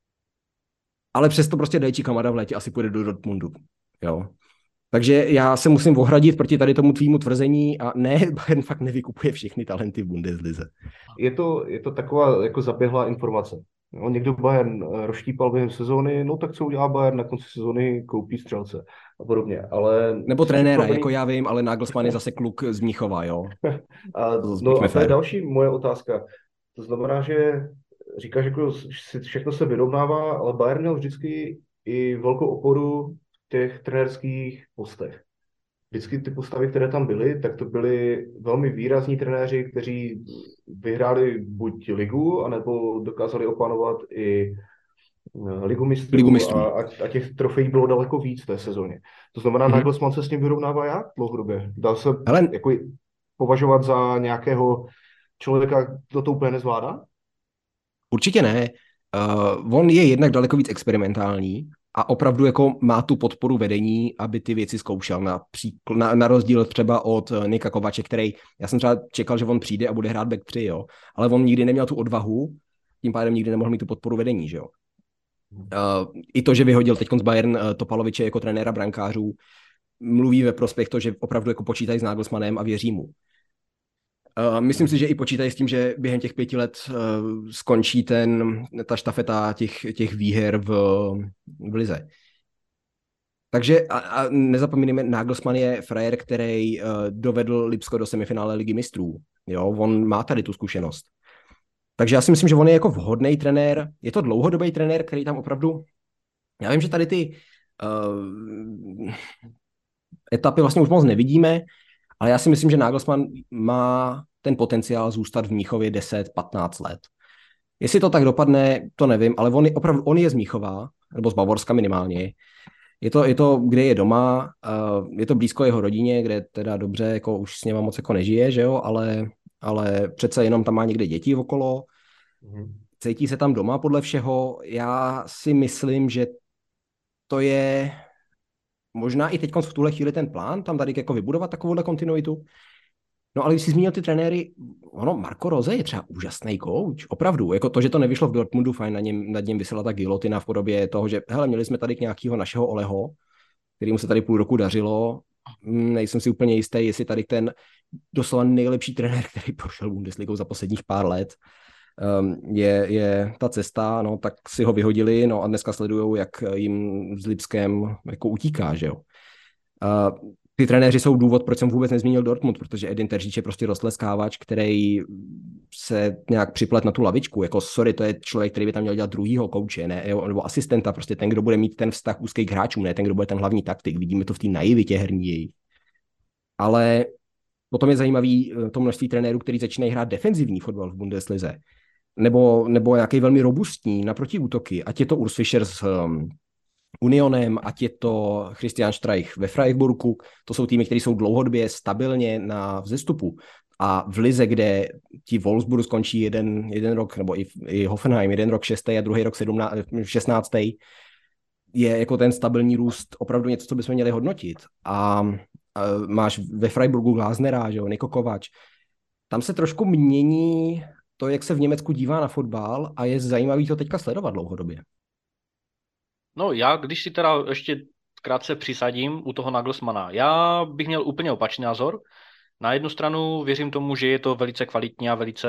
ale přesto prostě Daichi Kamada v létě asi půjde do Dortmundu, jo. Takže já se musím ohradit proti tady tomu tvýmu tvrzení a ne, Bayern fakt nevykupuje všechny talenty v Bundeslize. Je to taková jako zaběhlá informace. No, někdo Bayern rozštípal během sezóny, no tak co udělá Bayern na konci sezóny, koupí střelce a podobně. Ale nebo trenéra, jako já vím, ale Nagelsmann je zase kluk z Mnichova, jo. A to je další moje otázka. To znamená, že říkáš, že jako všechno se vyrovnává, ale Bayern měl vždycky i velkou oporu v těch trenérských postech. Vždycky ty postavy, které tam byly, tak to byli velmi výrazní trenéři, kteří vyhráli buď ligu, anebo dokázali opánovat i ligu mistrů. A těch trofejí bylo daleko víc v té sezóně. To znamená, Nagelsmann se s tím vyrovnává jak dlouhodobě? Dá se jako považovat za nějakého člověka, kdo to úplně nezvládá? Určitě ne. On je jednak daleko víc experimentální a opravdu jako má tu podporu vedení, aby ty věci zkoušel. Na rozdíl třeba od Nika Kovače, který, já jsem třeba čekal, že on přijde a bude hrát back 3, jo. Ale on nikdy neměl tu odvahu, tím pádem nikdy nemohl mít tu podporu vedení, že jo. I to, že vyhodil teď z Bayern Topaloviče jako trenéra brankářů, mluví ve prospěch to, že opravdu jako počítají s Nagelsmannem a věří mu. Myslím si, že i počítají s tím, že během těch 5 let skončí ta štafeta těch výher v lize. Takže a nezapomínejme, Nagelsmann je frajer, který dovedl Lipsko do semifinále Ligy mistrů. Jo, on má tady tu zkušenost. Takže já si myslím, že on je jako vhodný trenér. Je to dlouhodobý trenér, který tam opravdu... Já vím, že tady ty etapy vlastně už moc nevidíme, ale já si myslím, že Nagelsmann má ten potenciál zůstat v Mnichově 10-15 let. Jestli to tak dopadne, to nevím, ale on je z Mnichova, nebo z Bavorska minimálně. Je to, kde je doma, je to blízko jeho rodině, kde teda dobře, jako už s něma moc jako nežije, že jo, ale přece jenom tam má někde děti okolo, cítí se tam doma podle všeho. Já si myslím, že to je možná i teď v tuhle chvíli ten plán, tam tady jako vybudovat takovouhle kontinuitu. No ale když jsi zmínil ty trenéry, Marco Rose je třeba úžasný coach, opravdu, jako to, že to nevyšlo v Dortmundu, fajn, nad něm visela ta gilotina v podobě toho, že hele, měli jsme tady nějakého našeho Oleho, kterému se tady půl roku dařilo, nejsem si úplně jistý, jestli tady ten doslova nejlepší trenér, který prošel Bundesligou za posledních pár let, je ta cesta, no, tak si ho vyhodili, no a dneska sledujou, jak jim s Lipskem jako utíká, že jo. Ty trenéři jsou důvod, proč jsem vůbec nezmínil Dortmund, protože Edin Terzic je prostě roztleskávač, který se nějak připlet na tu lavičku. Jako sorry, to je člověk, který by tam měl dělat druhýho kouče, ne? Nebo asistenta, prostě ten, kdo bude mít ten vztah úzký k hráčům, ne ten, kdo bude ten hlavní taktik. Vidíme to v té naivitě herní její. Ale potom je zajímavý to množství trenérů, který začínají hrát defenzivní fotbal v Bundeslize. Nebo nějaký velmi robustní na protiútoky. Ať je to Urs Fischer s Unionem, ať je to Christian Streich ve Freiburgu, to jsou týmy, které jsou dlouhodobě stabilně na vzestupu. A v lize, kde ti Wolfsburg skončí jeden rok, nebo i Hoffenheim, jeden rok 6. a druhý rok 16. je jako ten stabilní růst opravdu něco, co bychom měli hodnotit. A máš ve Freiburgu Glasnera, že jo, Niko Kovač. Tam se trošku mění to, jak se v Německu dívá na fotbal a je zajímavý to teďka sledovat dlouhodobě. No já, když si teda ještě krátce přisadím u toho Nagelsmana, já bych měl úplně opačný názor. Na jednu stranu věřím tomu, že je to velice kvalitní a velice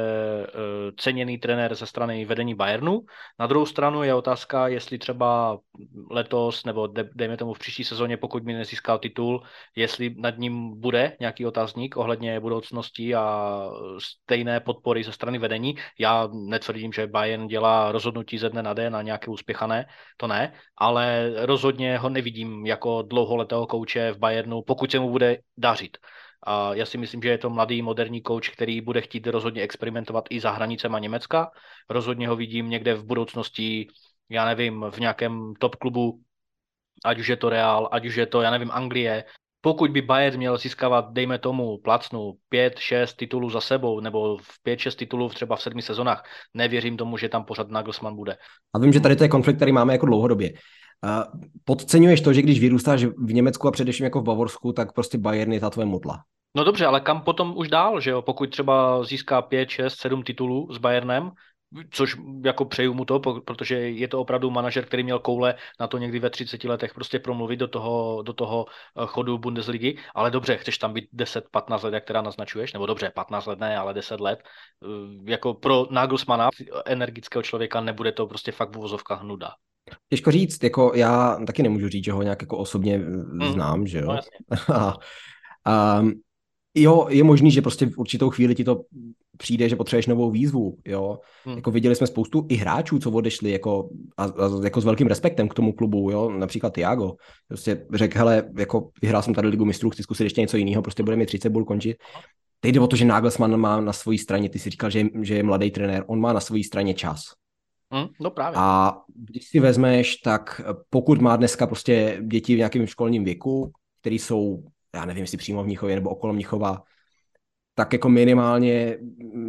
ceněný trenér ze strany vedení Bayernu. Na druhou stranu je otázka, jestli třeba letos nebo dejme tomu v příští sezóně, pokud mi nezískal titul, jestli nad ním bude nějaký otázník ohledně budoucnosti a stejné podpory ze strany vedení. Já netvrdím, že Bayern dělá rozhodnutí ze dne na den a nějaké uspěchané, to ne, ale rozhodně ho nevidím jako dlouholetého kouče v Bayernu, pokud se mu bude dařit. A já si myslím, že je to mladý, moderní coach, který bude chtít rozhodně experimentovat i za hranicema Německa. Rozhodně ho vidím někde v budoucnosti, já nevím, v nějakém top klubu, ať už je to Real, ať už je to, já nevím, Anglie. Pokud by Bayern měl získávat, dejme tomu, placnu 5-6 titulů za sebou, nebo v 5-6 titulů třeba v 7 sezonách, nevěřím tomu, že tam pořád Nagelsmann bude. A vím, že tady to je konflikt, který máme jako dlouhodobě. Podceňuješ to, že když vyrůstáš v Německu a především jako v Bavorsku, tak prostě Bayern je ta tvoje motla. No dobře, ale kam potom už dál, že jo? Pokud třeba získá 5, 6, 7 titulů s Bayernem, což jako přeju mu to, protože je to opravdu manažer, který měl koule na to někdy ve 30 letech prostě promluvit do toho chodu Bundesligy, ale dobře, chceš tam být 10-15 let, jak teda naznačuješ, nebo dobře, 15 let ne, ale 10 let, jako pro Nagelsmana, energického člověka, nebude to prostě fakt v uvozovkách nuda. Těžko říct, jako já taky nemůžu říct, že ho nějak jako osobně znám, že jo. No, jo, je možný, že prostě v určitou chvíli ti to přijde, že potřebuješ novou výzvu, jo. Jako viděli jsme spoustu i hráčů, co odešli jako, a jako s velkým respektem k tomu klubu, jo. Například Thiago. Prostě řekl, hele, jako vyhrál jsem tady Ligu mistrů, chci zkusit ještě něco jiného, prostě bude mi 30, budu končit. Teď jde o to, že Nagelsmann má na své straně, ty si říkal, že je mladý trenér, on má na své straně čas. No právě. A když si vezmeš, tak pokud má dneska prostě děti v nějakém školním věku, který jsou, já nevím, jestli přímo v Mnichově nebo okolo Mnichova, tak jako minimálně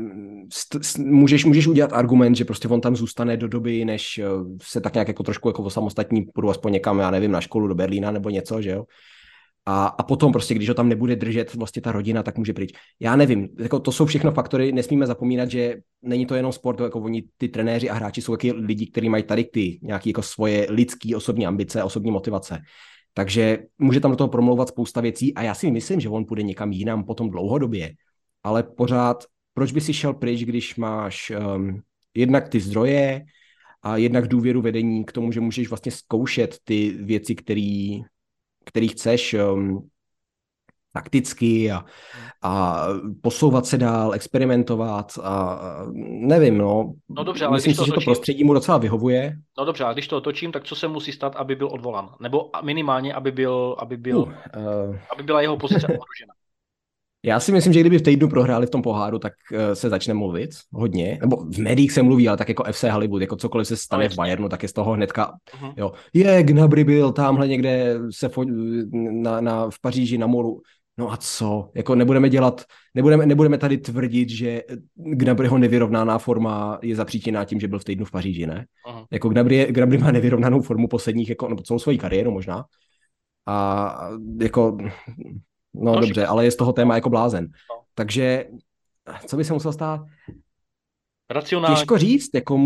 můžeš udělat argument, že prostě on tam zůstane do doby, než se tak nějak jako trošku jako osamostatní, půjdu aspoň někam, já nevím, na školu do Berlína nebo něco, že jo. A potom prostě, když ho tam nebude držet vlastně ta rodina, tak může pryč. Já nevím, jako to jsou všechno faktory, nesmíme zapomínat, že není to jenom sport, jako oni, ty trenéři a hráči jsou taky lidi, kteří mají tady ty nějaké jako svoje lidské osobní ambice, osobní motivace. Takže může tam do toho promlouvat spousta věcí a já si myslím, že on půjde někam jinam potom dlouhodobě. Ale pořád, proč by si šel pryč, když máš jednak ty zdroje a jednak důvěru vedení k tomu, že můžeš vlastně zkoušet ty věci, který chceš takticky a posouvat se dál, experimentovat a nevím, no. No dobře, ale myslím si, že to prostředí mu docela vyhovuje. No dobře, a když to otočím, tak co se musí stát, aby byl odvolán? Nebo minimálně, aby byla jeho pozice ohrožena? Já si myslím, že kdyby v týdnu prohráli v tom poháru, tak se začne mluvit hodně. Nebo v médiích se mluví, ale tak jako FC Hollywood, jako cokoliv se stane v Bayernu, tak je z toho hnedka, jo. Gnabry byl tamhle někde v Paříži na moru. No a co? Jako nebudeme tady tvrdit, že Gnabryho nevyrovnaná forma je zapříčiněná tím, že byl v týdnu v Paříži, ne? Jako Gnabry má nevyrovnanou formu posledních, jako, nebo celou svoji kariéru možná. A jako... No dobře, ale je z toho téma jako blázen. No. Takže, co by se muselo stát? Racionálně. Těžko říct, jako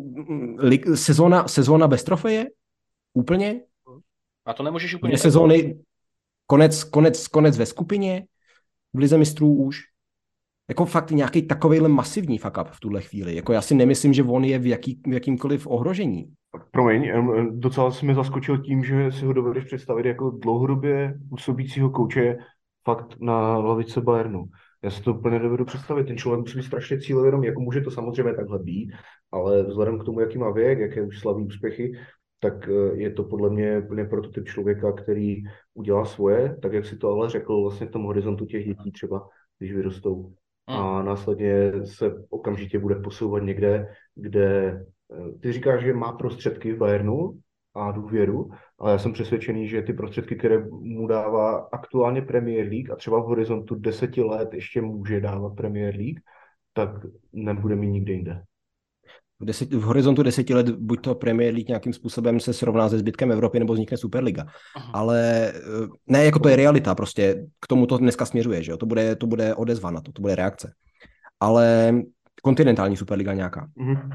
sezóna bez trofeje? Úplně? A to nemůžeš úplně... Sezóny, konec ve skupině, v lize mistrů už. jako fakt nějaký takovejhle masivní fuck up v tuhle chvíli. Jako já si nemyslím, že on je v jakýmkoliv ohrožení. Promiň, docela jsi mi zaskočil tím, že si ho dovedeš představit jako dlouhodobě působícího kouče fakt na lavice Bayernu. Já si to úplně nedovedu představit. Ten člověk musí být strašně cílevědomý, jako může to samozřejmě takhle být, ale vzhledem k tomu, jaký má věk, jaké už slaví úspěchy, tak je to podle mě plně prototyp člověka, který udělá svoje, tak jak si to ale řekl vlastně v tom horizontu těch dětí třeba, když vyrostou. A následně se okamžitě bude posouvat někde, kde ty říkáš, že má prostředky v Bayernu a důvěru, ale já jsem přesvědčený, že ty prostředky, které mu dává aktuálně Premier League a třeba v horizontu 10 let ještě může dávat Premier League, tak nebude mít nikde jinde. V horizontu 10 let buď to Premier League nějakým způsobem se srovná se zbytkem Evropy, nebo vznikne Superliga. Ale ne, jako to je realita, prostě k tomu to dneska směřuje, že jo? To bude odezva na to bude reakce. Ale kontinentální Superliga nějaká.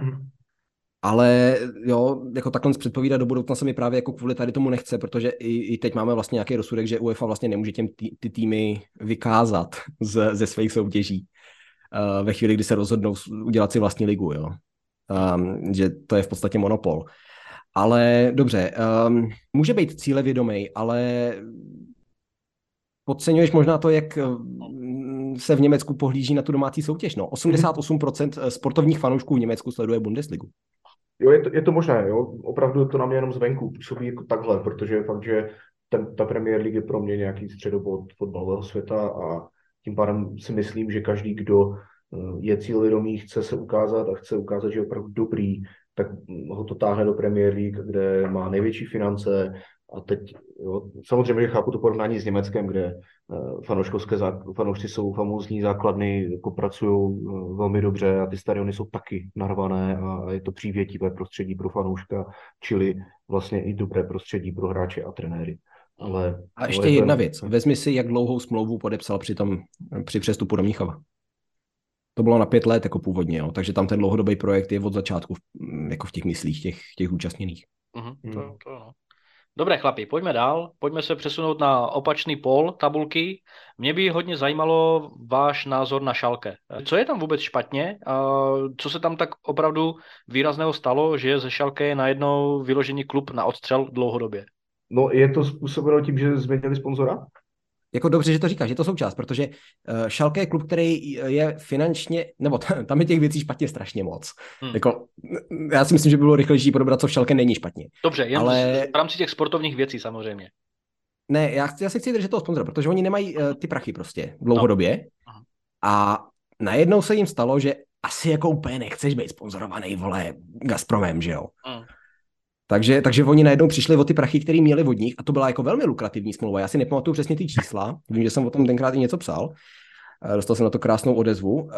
Ale jo, jako takhle předpovídat do budoucna se mi právě jako kvůli tady tomu nechce, protože i teď máme vlastně nějaký rozsudek, že UEFA vlastně nemůže ty týmy vykázat ze svých soutěží ve chvíli, kdy se rozhodnou udělat si vlastní ligu, jo. Že to je v podstatě monopol. Ale dobře, může být cílevědomý, ale podceňuješ možná to, jak se v Německu pohlíží na tu domácí soutěž. No, 88% sportovních fanoušků v Německu sleduje Bundesligu. Jo, je to možné, jo. Opravdu to na mě jenom zvenku působí jako takhle, protože je fakt, že ta Premier League je pro mě nějaký středobod fotbalového světa a tím pádem si myslím, že každý, kdo je cílevědomý, chce se ukázat a chce ukázat, že je opravdu dobrý, tak ho to táhne do Premier League, kde má největší finance. A teď, jo, samozřejmě, že chápu to porovnání s Německem, kde fanoušci jsou famózní základny, jako pracují velmi dobře a ty stadiony jsou taky narvané a je to přívětivé prostředí pro fanouška, čili vlastně i dobré prostředí pro hráče a trenéry. A ještě jedna věc. Vezmi si, jak dlouhou smlouvu podepsal při přestupu do Mnichova. To bylo na 5 let jako původně, jo. Takže tam ten dlouhodobý projekt je od začátku jako v těch myslích těch účastněných. To. Dobre, chlapi, poďme dál. Poďme se přesunout na opačný pól tabulky. Mě by hodně zajímalo váš názor na Schalke. Co je tam vůbec špatně? Co se tam tak opravdu výrazného stalo, že ze Schalke je najednou vyložený klub na odstřel dlouhodobě? No, je to způsobeno tím, že změnili sponzora? Jako dobře, že to říkáš, je to součást, protože Schalke je klub, který je finančně, nebo tam je těch věcí špatně strašně moc. Jako, já si myslím, že by bylo rychlejší probrat, co v Schalke není špatně. Dobře, jen v rámci těch sportovních věcí samozřejmě. Ne, já si chci držet toho sponzora, protože oni nemají ty prachy prostě dlouhodobě. A najednou se jim stalo, že asi jako úplně nechceš být sponzorovaný, vole, Gazpromem, že jo? Takže oni najednou přišli o ty prachy, které měli od nich, a to byla jako velmi lukrativní smlouva. Já si nepamatuju přesně ty čísla, vím, že jsem o tom tenkrát i něco psal, dostal jsem na to krásnou odezvu.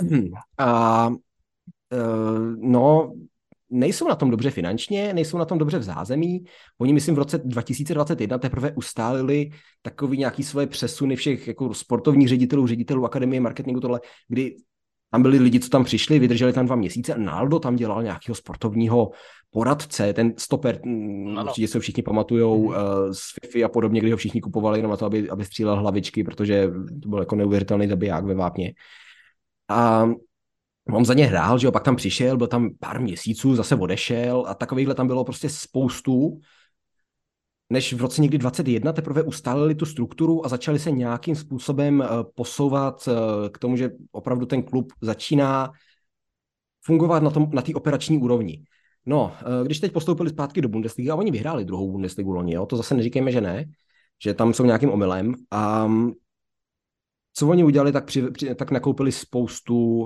No, nejsou na tom dobře finančně, nejsou na tom dobře v zázemí. Oni, myslím, v roce 2021 teprve ustálili takový nějaký svoje přesuny všech jako sportovních ředitelů akademie, marketingu, tohle, kdy tam byli lidi, co tam přišli, vydrželi tam 2 měsíce. Naldo tam dělal nějakého sportovního poradce, ten stoper, určitě se všichni pamatujou z FIFA a podobně, kdy ho všichni kupovali jenom na to, aby střílel hlavičky, protože to byl jako neuvěřitelný zabiják ve vápně. A on za ně hrál, že jo, pak tam přišel, byl tam pár měsíců, zase odešel a takovýchhle tam bylo prostě spoustu, než v roce někdy 2021 teprve ustálili tu strukturu a začali se nějakým způsobem posouvat k tomu, že opravdu ten klub začíná fungovat na té operační úrovni. No, když teď postoupili zpátky do Bundesligy a oni vyhráli druhou Bundesligu loni, jo, to zase neříkejme, že ne, že tam jsou nějakým omylem. A co oni udělali, tak nakoupili spoustu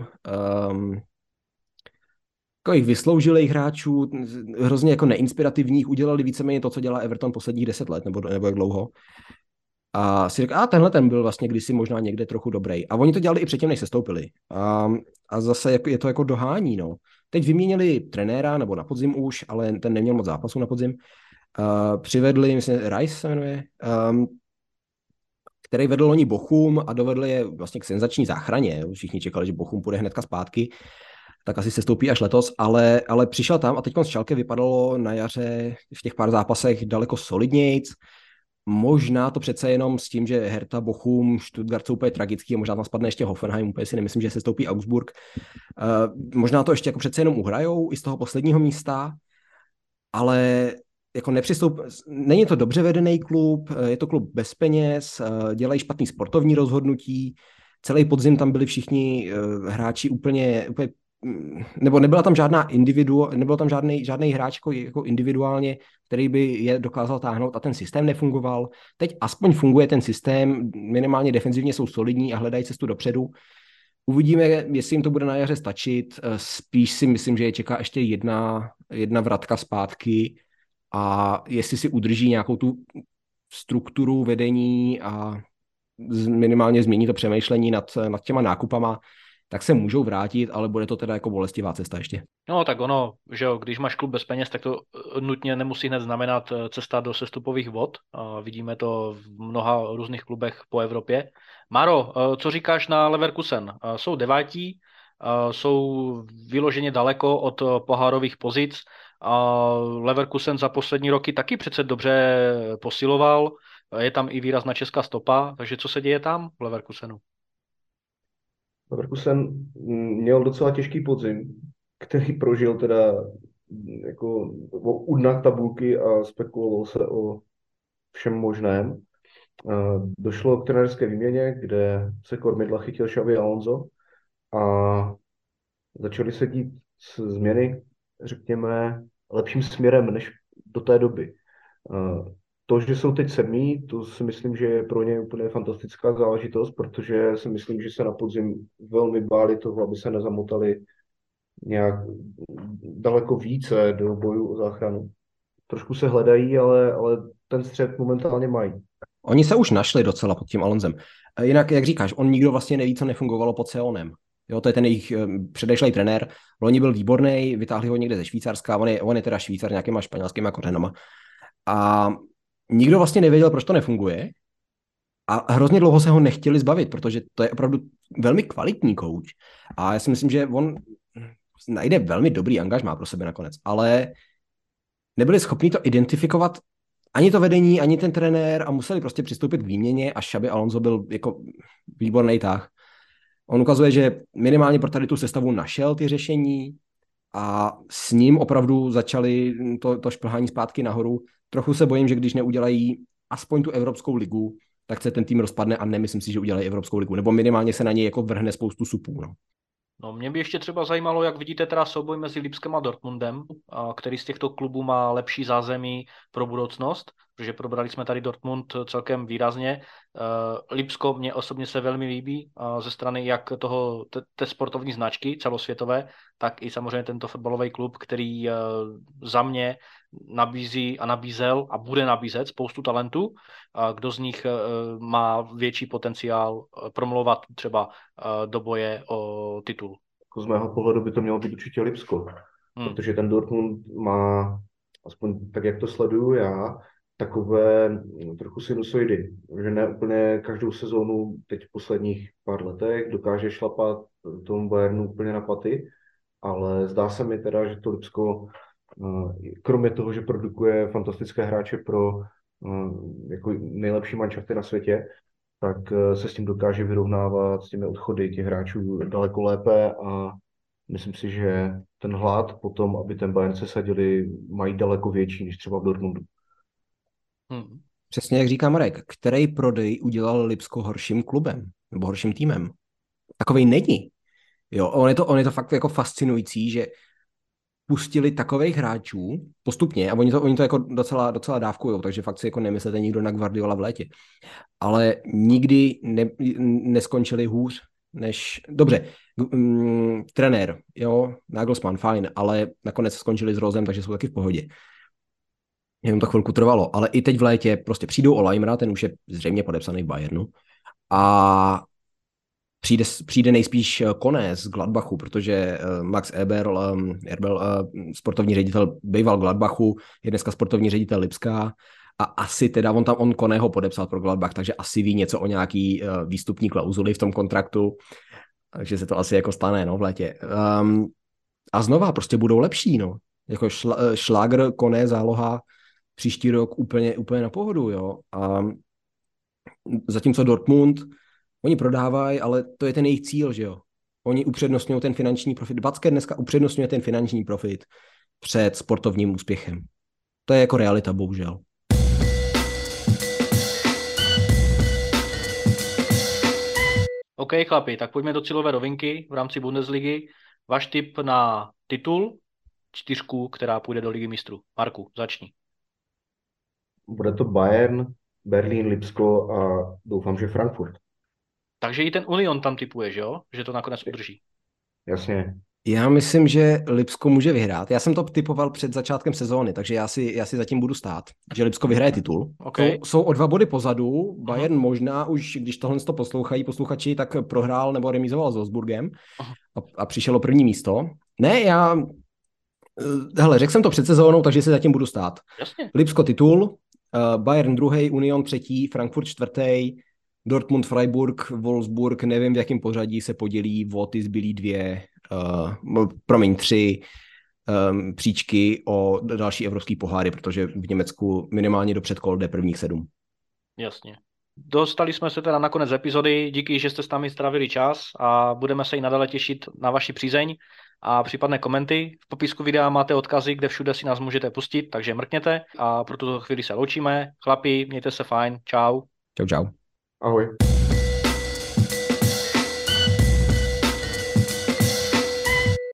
takových vysloužilých hráčů, hrozně jako neinspirativních, udělali víceméně to, co dělá Everton posledních 10 let, nebo jak dlouho. A si řekl, tenhle ten byl vlastně kdysi možná někde trochu dobrý. A oni to dělali i předtím, než se stoupili. A zase je to jako dohání, no. Teď vyměnili trenéra, nebo na podzim už, ale ten neměl moc zápasů na podzim. Přivedli, myslím, Rice se jmenuje, který vedl loni Bochum a dovedl je vlastně k senzační záchraně. Všichni čekali, že Bochum půjde hnedka zpátky, tak asi se stoupí až letos, ale přišel tam a teď z Schalke vypadalo na jaře v těch pár zápasech daleko solidnějc. Možná to přece jenom s tím, že Hertha, Bochum, Stuttgart jsou úplně tragický a možná tam spadne ještě Hoffenheim, úplně si nemyslím, že se stoupí Augsburg. Možná to ještě jako přece jenom uhrajou i z toho posledního místa, ale jako není to dobře vedený klub, je to klub bez peněz, dělají špatný sportovní rozhodnutí, celý podzim tam byli všichni hráči úplně nebo nebyla tam nebyl tam žádný hráč jako individuálně, který by je dokázal táhnout a ten systém nefungoval. Teď aspoň funguje ten systém, minimálně defenzivně jsou solidní a hledají cestu dopředu. Uvidíme, jestli jim to bude na jaře stačit. Spíš si myslím, že je čeká ještě jedna vratka zpátky a jestli si udrží nějakou tu strukturu vedení a minimálně změní to přemýšlení nad těma nákupama, tak se můžou vrátit, ale bude to teda jako bolestivá cesta ještě. No tak ono, že jo, když máš klub bez peněz, tak to nutně nemusí hned znamenat cesta do sestupových vod. Vidíme to v mnoha různých klubech po Evropě. Maro, co říkáš na Leverkusen? Jsou devátí, jsou vyloženě daleko od pohárových pozic. Leverkusen za poslední roky taky přece dobře posiloval, je tam i výrazná česká stopa, takže co se děje tam v Leverkusenu? Leverkusen měl docela těžký podzim, který prožil teda jako u dna tabulky a spekulovalo se o všem možném. Došlo k trenérské výměně, kde se kormidla chytil Xabi Alonso a začaly se dít změny, řekněme, lepším směrem než do té doby. To, že jsou teď sedmí, to si myslím, že je pro ně úplně fantastická záležitost, protože si myslím, že se na podzim velmi báli toho, aby se nezamotali nějak daleko více do bojů o záchranu. Trošku se hledají, ale ten střed momentálně mají. Oni se už našli docela pod tím Alonsem. Jinak, jak říkáš, on nikdo vlastně neví, co nefungovalo pod Seonem. Jo, to je ten jejich předešlej trenér. Loni byl výborný, vytáhli ho někde ze Švýcarska, on je teda Švýcar nějakýma španělskýma kořenama. A nikdo vlastně nevěděl, proč to nefunguje. A hrozně dlouho se ho nechtěli zbavit, protože to je opravdu velmi kvalitní kouč. A já si myslím, že on najde velmi dobrý angažmá pro sebe nakonec. Ale nebyli schopni to identifikovat ani to vedení, ani ten trenér a museli prostě přistoupit k výměně a Xabi Alonso byl jako výborný tah. On ukazuje, že minimálně pro tady tu sestavu našel ty řešení a s ním opravdu začali to šplhání zpátky nahoru. Trochu se bojím, že když neudělají aspoň tu Evropskou ligu, tak se ten tým rozpadne a nemyslím si, že udělají Evropskou ligu. Nebo minimálně se na něj jako vrhne spoustu supů. No. No, mě by ještě třeba zajímalo, jak vidíte teda souboj mezi Lipskem a Dortmundem, který z těchto klubů má lepší zázemí pro budoucnost, protože probrali jsme tady Dortmund celkem výrazně. Lipsko mě osobně se velmi líbí ze strany jak té sportovní značky celosvětové, tak i samozřejmě tento fotbalový klub, který za mě nabízí a nabízel a bude nabízet spoustu talentů. Kdo z nich má větší potenciál promlouvat třeba do boje o titul? Z mého pohledu by to mělo být určitě Lipsko, protože ten Dortmund má, aspoň tak, jak to sleduju já, takové trochu sinusoidy, že ne úplně každou sezónu teď v posledních pár letech dokáže šlapat tomu Bayernu úplně na paty, ale zdá se mi teda, že to Lipsko, kromě toho, že produkuje fantastické hráče pro jako nejlepší manšafty na světě, tak se s tím dokáže vyrovnávat s těmi odchody těch hráčů daleko lépe a myslím si, že ten hlad potom, aby ten Bayern se sadili, mají daleko větší než třeba v Dortmundu. Přesně jak říká Marek, který prodej udělal Lipsko horším klubem nebo horším týmem? Takovej není. Jo, on je to fakt jako fascinující, že pustili takových hráčů postupně a oni to jako docela dávkujou, takže fakt si jako nemyslete nikdo na Guardiola v létě. Ale nikdy neskončili hůř než... Dobře, trenér, jo, Nagelsmann, fajn, ale nakonec skončili s Rozem, takže jsou taky v pohodě. Jenom to chvilku trvalo, ale i teď v létě prostě přijdou o Leimera, ten už je zřejmě podepsaný v Bayernu a přijde nejspíš Konec z Gladbachu, protože Max Eberl, sportovní ředitel, býval Gladbachu, je dneska sportovní ředitel Lipska a asi teda on Koného podepsal pro Gladbach, takže asi ví něco o nějaký výstupní klauzuli v tom kontraktu, takže se to asi jako stane, no, v létě. A znova prostě budou lepší, no. Jako Schlager, Koné, záloha, příští rok úplně na pohodu, jo. A zatímco Dortmund, oni prodávají, ale to je ten jejich cíl, že jo. Oni upřednostňují ten finanční profit. Basker dneska upřednostňuje ten finanční profit před sportovním úspěchem. To je jako realita, bohužel. OK, chlapi, tak pojďme do cílové rovinky v rámci Bundesligy. Váš tip na titul, 4, která půjde do Ligy mistrů. Marku, začni. Bude to Bayern, Berlín, Lipsko a doufám, že Frankfurt. Takže i ten Union tam tipuje, že jo? Že to nakonec udrží. Jasně. Já myslím, že Lipsko může vyhrát. Já jsem to tipoval před začátkem sezóny, takže já si zatím budu stát, že Lipsko vyhraje titul. Okay. Jsou o 2 body pozadu. Bayern možná už, když tohle to poslouchají posluchači, tak prohrál nebo remizoval s Wolfsburgem a přišel o první místo. Ne, řekl jsem to před sezónou, takže si zatím budu stát. Jasně. Lipsko titul, Bayern 2., Union 3., Frankfurt 4., Dortmund, Freiburg, Wolfsburg, nevím, v jakém pořadí se podělí o ty zbylý 3 příčky o další evropský poháry, protože v Německu minimálně do předkol jde prvních 7. Jasně. Dostali jsme se teda na konec epizody, díky, že jste s námi strávili čas a budeme se i nadále těšit na vaši přízeň a případné komenty. V popisku videa máte odkazy, kde všude si nás můžete pustit, takže mrkněte a pro tuto chvíli se loučíme. Chlapi, mějte se fajn, čau. Čau. Ahoj.